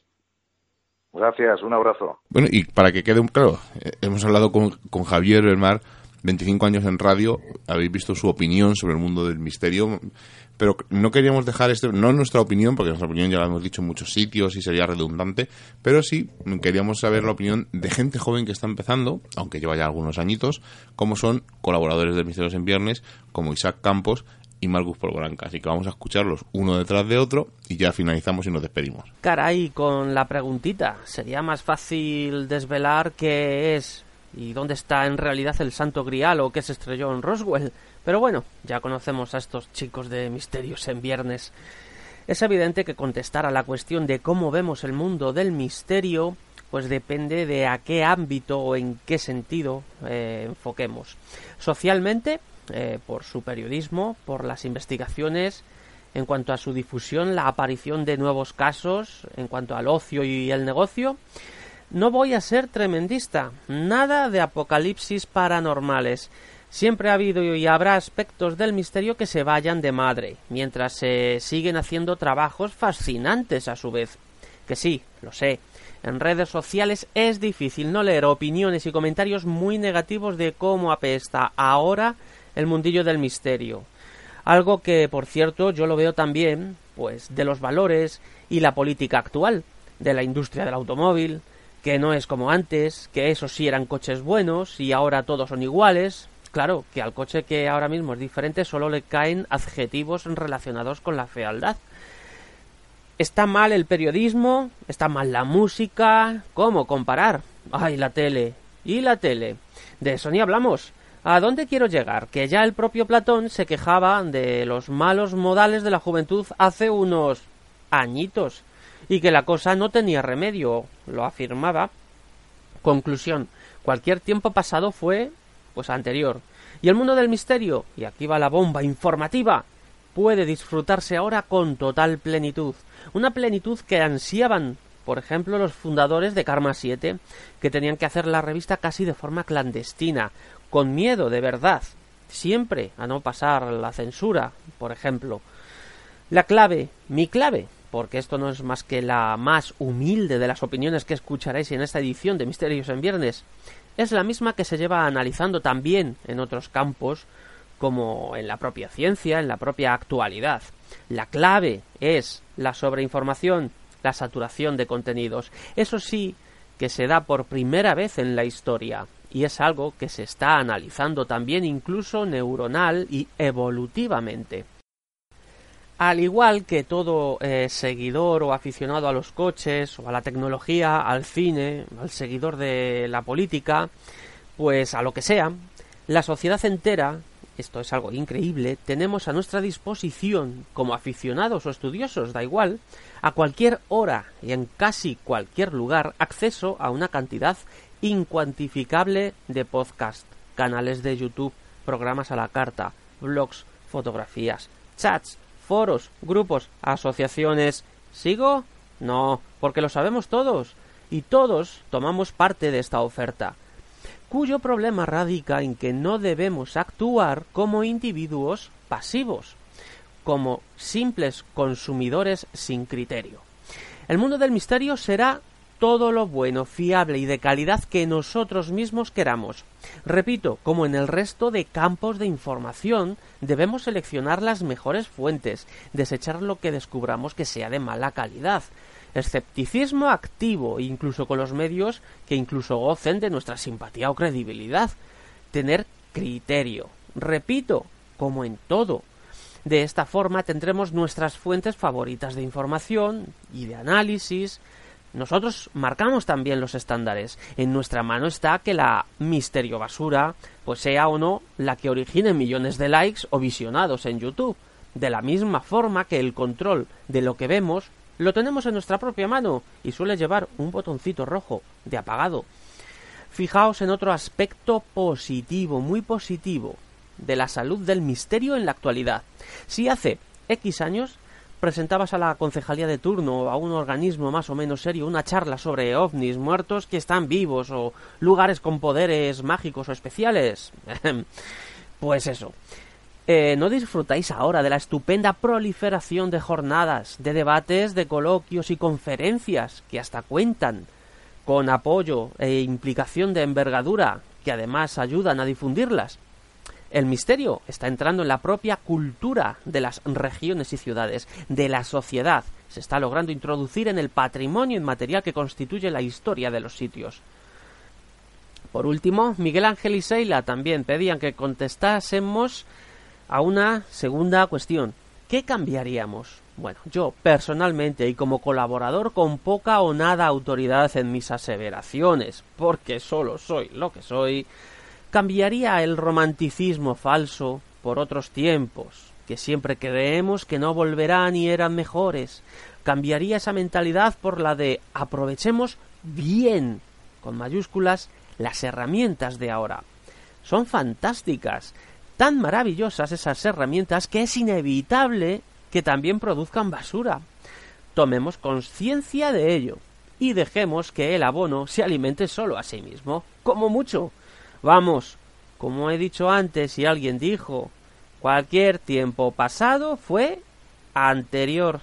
Gracias, un abrazo. Bueno, y para que quede un claro, eh, hemos hablado con, con Javier Belmar, veinticinco años en radio, habéis visto su opinión sobre el mundo del misterio, pero no queríamos dejar esto, no nuestra opinión, porque nuestra opinión ya la hemos dicho en muchos sitios y sería redundante, pero sí queríamos saber la opinión de gente joven que está empezando, aunque lleva ya algunos añitos, como son colaboradores de Misterios en Viernes, como Isaac Campos y Marcus Polvoranca. Así que vamos a escucharlos uno detrás de otro y ya finalizamos y nos despedimos. Caray, con la preguntita, sería más fácil desvelar qué es y dónde está en realidad el Santo Grial o qué se estrelló en Roswell. Pero bueno, ya conocemos a estos chicos de Misterios en Viernes. Es evidente que contestar a la cuestión de cómo vemos el mundo del misterio, pues depende de a qué ámbito o en qué sentido eh, enfoquemos. Socialmente, eh, por su periodismo, por las investigaciones, en cuanto a su difusión, la aparición de nuevos casos, en cuanto al ocio y el negocio. No voy a ser tremendista, nada de apocalipsis paranormales. Siempre ha habido y habrá aspectos del misterio que se vayan de madre, mientras se siguen haciendo trabajos fascinantes a su vez. Que sí, lo sé, en redes sociales es difícil no leer opiniones y comentarios muy negativos de cómo apesta ahora el mundillo del misterio. Algo que, por cierto, yo lo veo también, pues, de los valores y la política actual, de la industria del automóvil, que no es como antes, que esos sí eran coches buenos y ahora todos son iguales. Claro, que al coche que ahora mismo es diferente solo le caen adjetivos relacionados con la fealdad. Está mal el periodismo, está mal la música. ¿Cómo comparar? ¡Ay, la tele! ¿Y la tele? De eso ni hablamos. ¿A dónde quiero llegar? Que ya el propio Platón se quejaba de los malos modales de la juventud hace unos añitos y que la cosa no tenía remedio, lo afirmaba. Conclusión, cualquier tiempo pasado fue, pues, anterior. Y el mundo del misterio, y aquí va la bomba informativa, puede disfrutarse ahora con total plenitud. Una plenitud que ansiaban, por ejemplo, los fundadores de Karma siete, que tenían que hacer la revista casi de forma clandestina, con miedo de verdad, siempre a no pasar la censura, por ejemplo. La clave, mi clave, porque esto no es más que la más humilde de las opiniones que escucharéis en esta edición de Misterios en Viernes, es la misma que se lleva analizando también en otros campos, como en la propia ciencia, en la propia actualidad. La clave es la sobreinformación, la saturación de contenidos. Eso sí que se da por primera vez en la historia, y es algo que se está analizando también incluso neuronal y evolutivamente. Al igual que todo eh, seguidor o aficionado a los coches, o a la tecnología, al cine, al seguidor de la política, pues a lo que sea, la sociedad entera, esto es algo increíble, tenemos a nuestra disposición, como aficionados o estudiosos, da igual, a cualquier hora y en casi cualquier lugar, acceso a una cantidad incuantificable de podcast, canales de YouTube, programas a la carta, blogs, fotografías, chats, foros, grupos, asociaciones. ¿Sigo? No, porque lo sabemos todos, y todos tomamos parte de esta oferta. cuyo problema radica en que no debemos actuar como individuos pasivos, como simples consumidores sin criterio. El mundo del misterio será todo lo bueno, fiable y de calidad que nosotros mismos queramos. Repito, como en el resto de campos de información, debemos seleccionar las mejores fuentes, desechar lo que descubramos que sea de mala calidad. Escepticismo activo, incluso con los medios que incluso gocen de nuestra simpatía o credibilidad. Tener criterio. Repito, como en todo. De esta forma tendremos nuestras fuentes favoritas de información y de análisis. Nosotros marcamos también los estándares. En nuestra mano está que la misterio basura pues sea o no la que origine millones de likes o visionados en YouTube. De la misma forma que el control de lo que vemos lo tenemos en nuestra propia mano y suele llevar un botoncito rojo de apagado. Fijaos en otro aspecto positivo, muy positivo, de la salud del misterio en la actualidad. Si hace X años presentabas a la concejalía de turno o a un organismo más o menos serio una charla sobre ovnis, muertos que están vivos o lugares con poderes mágicos o especiales, pues eso. Eh, ¿No disfrutáis ahora de la estupenda proliferación de jornadas, de debates, de coloquios y conferencias que hasta cuentan con apoyo e implicación de envergadura, que además ayudan a difundirlas? El misterio está entrando en la propia cultura de las regiones y ciudades, de la sociedad. Se está logrando introducir en el patrimonio inmaterial que constituye la historia de los sitios. Por último, Miguel Ángel y Seila también pedían que contestásemos a una segunda cuestión. ¿Qué cambiaríamos? Bueno, yo personalmente y como colaborador con poca o nada autoridad en mis aseveraciones, porque solo soy lo que soy, cambiaría el romanticismo falso por otros tiempos, que siempre creemos que no volverán y eran mejores. Cambiaría esa mentalidad por la de aprovechemos bien, con mayúsculas, las herramientas de ahora. Son fantásticas, tan maravillosas esas herramientas que es inevitable que también produzcan basura. Tomemos conciencia de ello y dejemos que el abono se alimente solo a sí mismo, como mucho. Vamos, como he dicho antes y alguien dijo, cualquier tiempo pasado fue anterior.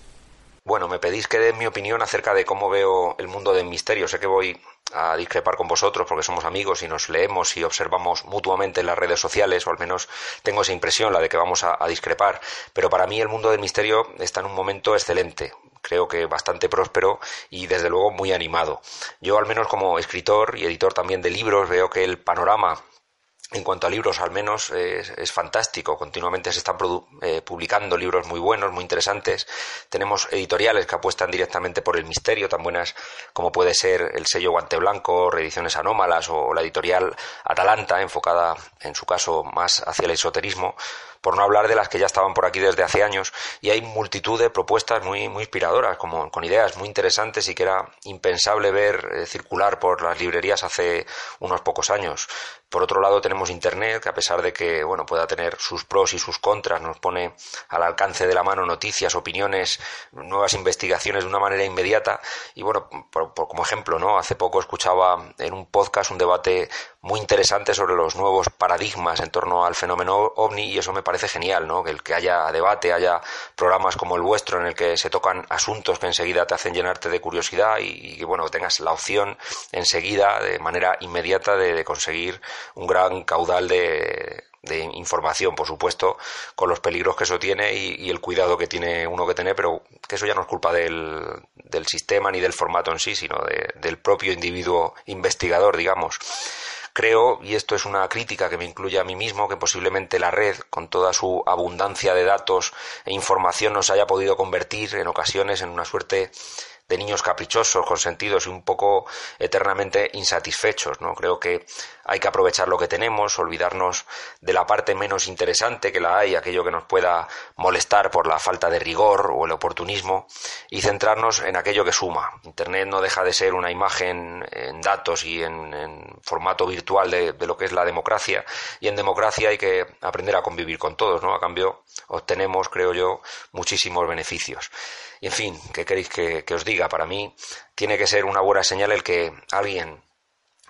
Bueno, me pedís que dé mi opinión acerca de cómo veo el mundo del misterio. Sé que voy a discrepar con vosotros porque somos amigos y nos leemos y observamos mutuamente en las redes sociales, o al menos tengo esa impresión, la de que vamos a, a discrepar. Pero para mí el mundo del misterio está en un momento excelente. Creo que bastante próspero y desde luego muy animado. Yo, al menos como escritor y editor también de libros, veo que el panorama en cuanto a libros al menos es, es fantástico. Continuamente se están produ- eh, publicando libros muy buenos, muy interesantes. Tenemos editoriales que apuestan directamente por el misterio, tan buenas como puede ser el sello Guante Blanco, Reediciones Anómalas o la editorial Atalanta, enfocada en su caso más hacia el esoterismo, por no hablar de las que ya estaban por aquí desde hace años. Y hay multitud de propuestas muy, muy inspiradoras, como, con ideas muy interesantes y que era impensable ver eh, circular por las librerías hace unos pocos años. Por otro lado tenemos Internet, que a pesar de que bueno pueda tener sus pros y sus contras, nos pone al alcance de la mano noticias, opiniones, nuevas investigaciones de una manera inmediata. Y bueno, por, por, como ejemplo, ¿no? Hace poco escuchaba en un podcast un debate muy interesante sobre los nuevos paradigmas en torno al fenómeno ovni, y eso me parece genial, ¿no? Que el que haya debate, haya programas como el vuestro en el que se tocan asuntos que enseguida te hacen llenarte de curiosidad y, y bueno, tengas la opción enseguida, de manera inmediata, de, de conseguir un gran caudal de, de información, por supuesto, con los peligros que eso tiene y, y el cuidado que tiene uno que tener, pero que eso ya no es culpa del, del sistema ni del formato en sí, sino de, del propio individuo investigador, digamos. Creo, y esto es una crítica que me incluye a mí mismo, que posiblemente la red, con toda su abundancia de datos e información, nos haya podido convertir en ocasiones en una suerte de niños caprichosos, consentidos y un poco eternamente insatisfechos, ¿no? Creo que hay que aprovechar lo que tenemos, olvidarnos de la parte menos interesante que la hay, aquello que nos pueda molestar por la falta de rigor o el oportunismo, y centrarnos en aquello que suma. Internet no deja de ser una imagen en datos y en, en formato virtual de, de lo que es la democracia, y en democracia hay que aprender a convivir con todos, ¿no? A cambio obtenemos, creo yo, muchísimos beneficios. Y en fin, ¿qué queréis que, que os diga? Para mí tiene que ser una buena señal el que alguien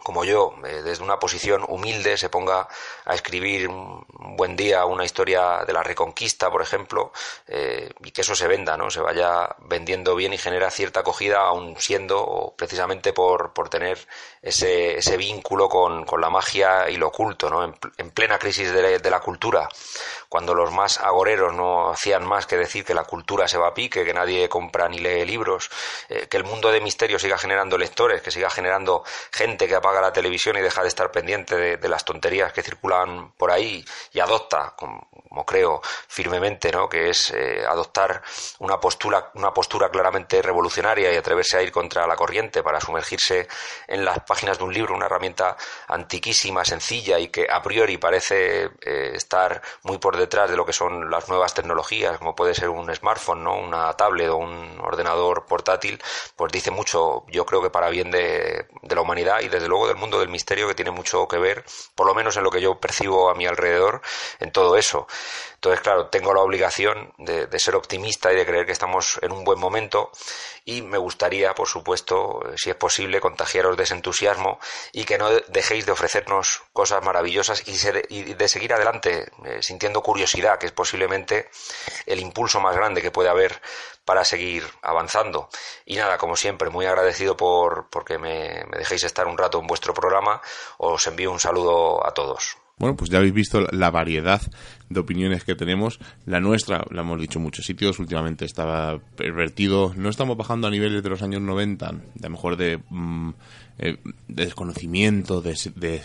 como yo, eh, desde una posición humilde, se ponga a escribir un, un buen día una historia de la Reconquista, por ejemplo, eh, y que eso se venda, ¿no? Se vaya vendiendo bien y genera cierta acogida, aun siendo, o precisamente por, por tener ese, ese vínculo con, con la magia y lo oculto, ¿no? En, en plena crisis de, de la cultura, cuando los más agoreros no hacían más que decir que la cultura se va a pique, que nadie compra ni lee libros, eh, que el mundo de misterio siga generando lectores, que siga generando gente que apaga la televisión y deja de estar pendiente de, de las tonterías que circulan por ahí y adopta, como, como creo firmemente, ¿no? Que es eh, adoptar una postura, una postura claramente revolucionaria y atreverse a ir contra la corriente para sumergirse en las páginas de un libro, una herramienta antiquísima, sencilla y que a priori parece eh, estar muy por detrás de lo que son las nuevas tecnologías, como puede ser un smartphone, ¿no? Una tablet o un ordenador portátil, pues dice mucho, yo creo que para bien de, de la humanidad y desde luego del mundo del misterio, que tiene mucho que ver, por lo menos en lo que yo percibo a mi alrededor, en todo eso. Entonces, claro, tengo la obligación de, de ser optimista y de creer que estamos en un buen momento, y me gustaría, por supuesto, si es posible, contagiaros de ese entusiasmo y que no dejéis de ofrecernos cosas maravillosas y, se, y de seguir adelante eh, sintiendo curiosidad, que es posiblemente el impulso más grande que puede haber para seguir avanzando. Y nada, como siempre, muy agradecido por porque me, me dejéis estar un rato en vuestro programa. Os envío un saludo a todos. Bueno, pues ya habéis visto la variedad de opiniones que tenemos. La nuestra, la hemos dicho en muchos sitios, últimamente estaba pervertido. No estamos bajando a niveles de los años noventa, de mejor de, mm, eh, de desconocimiento, de, de,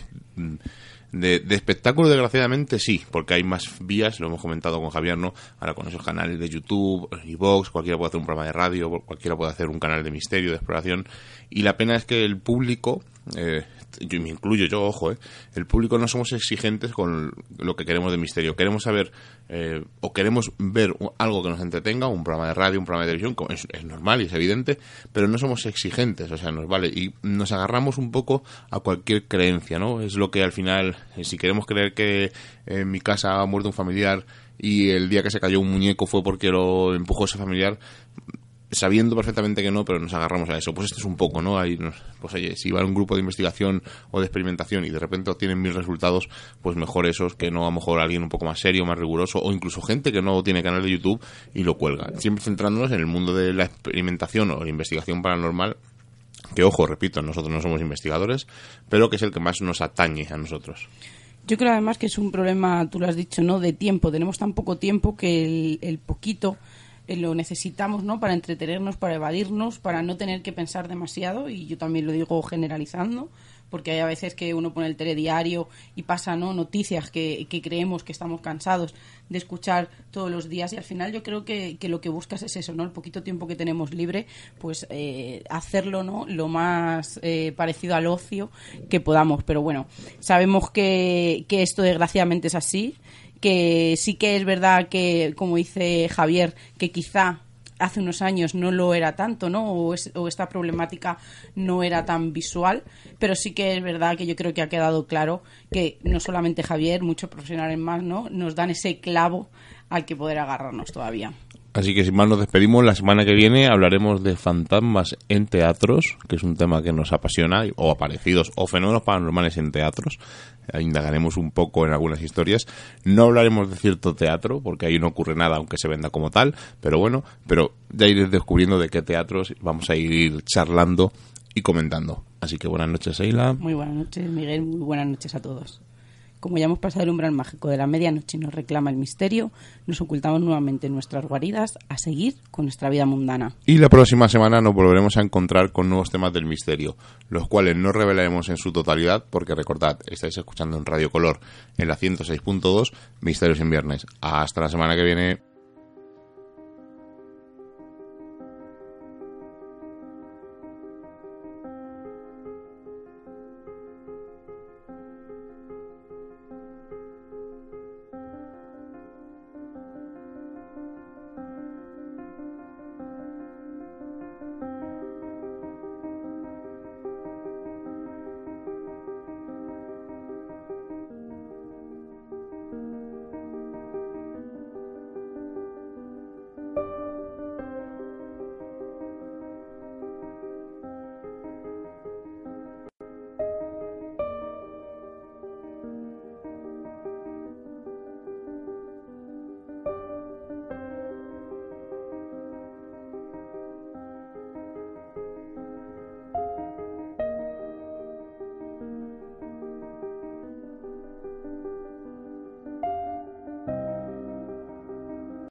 de, de espectáculo, desgraciadamente sí, porque hay más vías, lo hemos comentado con Javier, ¿no? Ahora con esos canales de YouTube, iVoox, cualquiera puede hacer un programa de radio, cualquiera puede hacer un canal de misterio, de exploración, y la pena es que el público... Eh, yo me incluyo yo, ojo, eh, el público no somos exigentes con lo que queremos de misterio. Queremos saber eh, o queremos ver algo que nos entretenga, un programa de radio, un programa de televisión, como es, es normal y es evidente, pero no somos exigentes, o sea, nos vale, y nos agarramos un poco a cualquier creencia, ¿no? Es lo que al final, eh, si queremos creer que en mi casa ha muerto un familiar y el día que se cayó un muñeco fue porque lo empujó ese familiar, sabiendo perfectamente que no, pero nos agarramos a eso. Pues esto es un poco, ¿no? Ahí nos, pues oye, si va a un grupo de investigación o de experimentación y de repente obtienen mil resultados, pues mejor esos que no a lo mejor alguien un poco más serio, más riguroso, o incluso gente que no tiene canal de YouTube y lo cuelga. Siempre centrándonos en el mundo de la experimentación o la investigación paranormal, que ojo, repito, nosotros no somos investigadores, pero que es el que más nos atañe a nosotros. Yo creo además que es un problema, tú lo has dicho, ¿no? De tiempo. Tenemos tan poco tiempo que el, el poquito lo necesitamos, ¿no? Para entretenernos, para evadirnos, para no tener que pensar demasiado, y yo también lo digo generalizando, porque hay a veces que uno pone el telediario y pasa, ¿no? Noticias que, que creemos que estamos cansados de escuchar todos los días, y al final yo creo que, que lo que buscas es eso, ¿no? El poquito tiempo que tenemos libre, pues eh, hacerlo, ¿no? Lo más eh, parecido al ocio que podamos. Pero bueno, sabemos que, que esto desgraciadamente es así, que sí que es verdad que, como dice Javier, que quizá hace unos años no lo era tanto, ¿no? O, es, o esta problemática no era tan visual, pero sí que es verdad que yo creo que ha quedado claro que no solamente Javier, muchos profesionales más, ¿no? Nos dan ese clavo al que poder agarrarnos todavía. Así que sin más nos despedimos. La semana que viene hablaremos de fantasmas en teatros, que es un tema que nos apasiona, o aparecidos o fenómenos paranormales en teatros. Indagaremos un poco en algunas historias. No hablaremos de cierto teatro, porque ahí no ocurre nada, aunque se venda como tal, pero bueno, pero ya iréis descubriendo de qué teatros vamos a ir charlando y comentando. Así que buenas noches, Seila. Muy buenas noches, Miguel. Muy buenas noches a todos. Como ya hemos pasado el umbral mágico de la medianoche y nos reclama el misterio, nos ocultamos nuevamente en nuestras guaridas a seguir con nuestra vida mundana. Y la próxima semana nos volveremos a encontrar con nuevos temas del misterio, los cuales no revelaremos en su totalidad, porque recordad, estáis escuchando en Radio Color en la ciento seis punto dos, Misterios en Viernes. Hasta la semana que viene.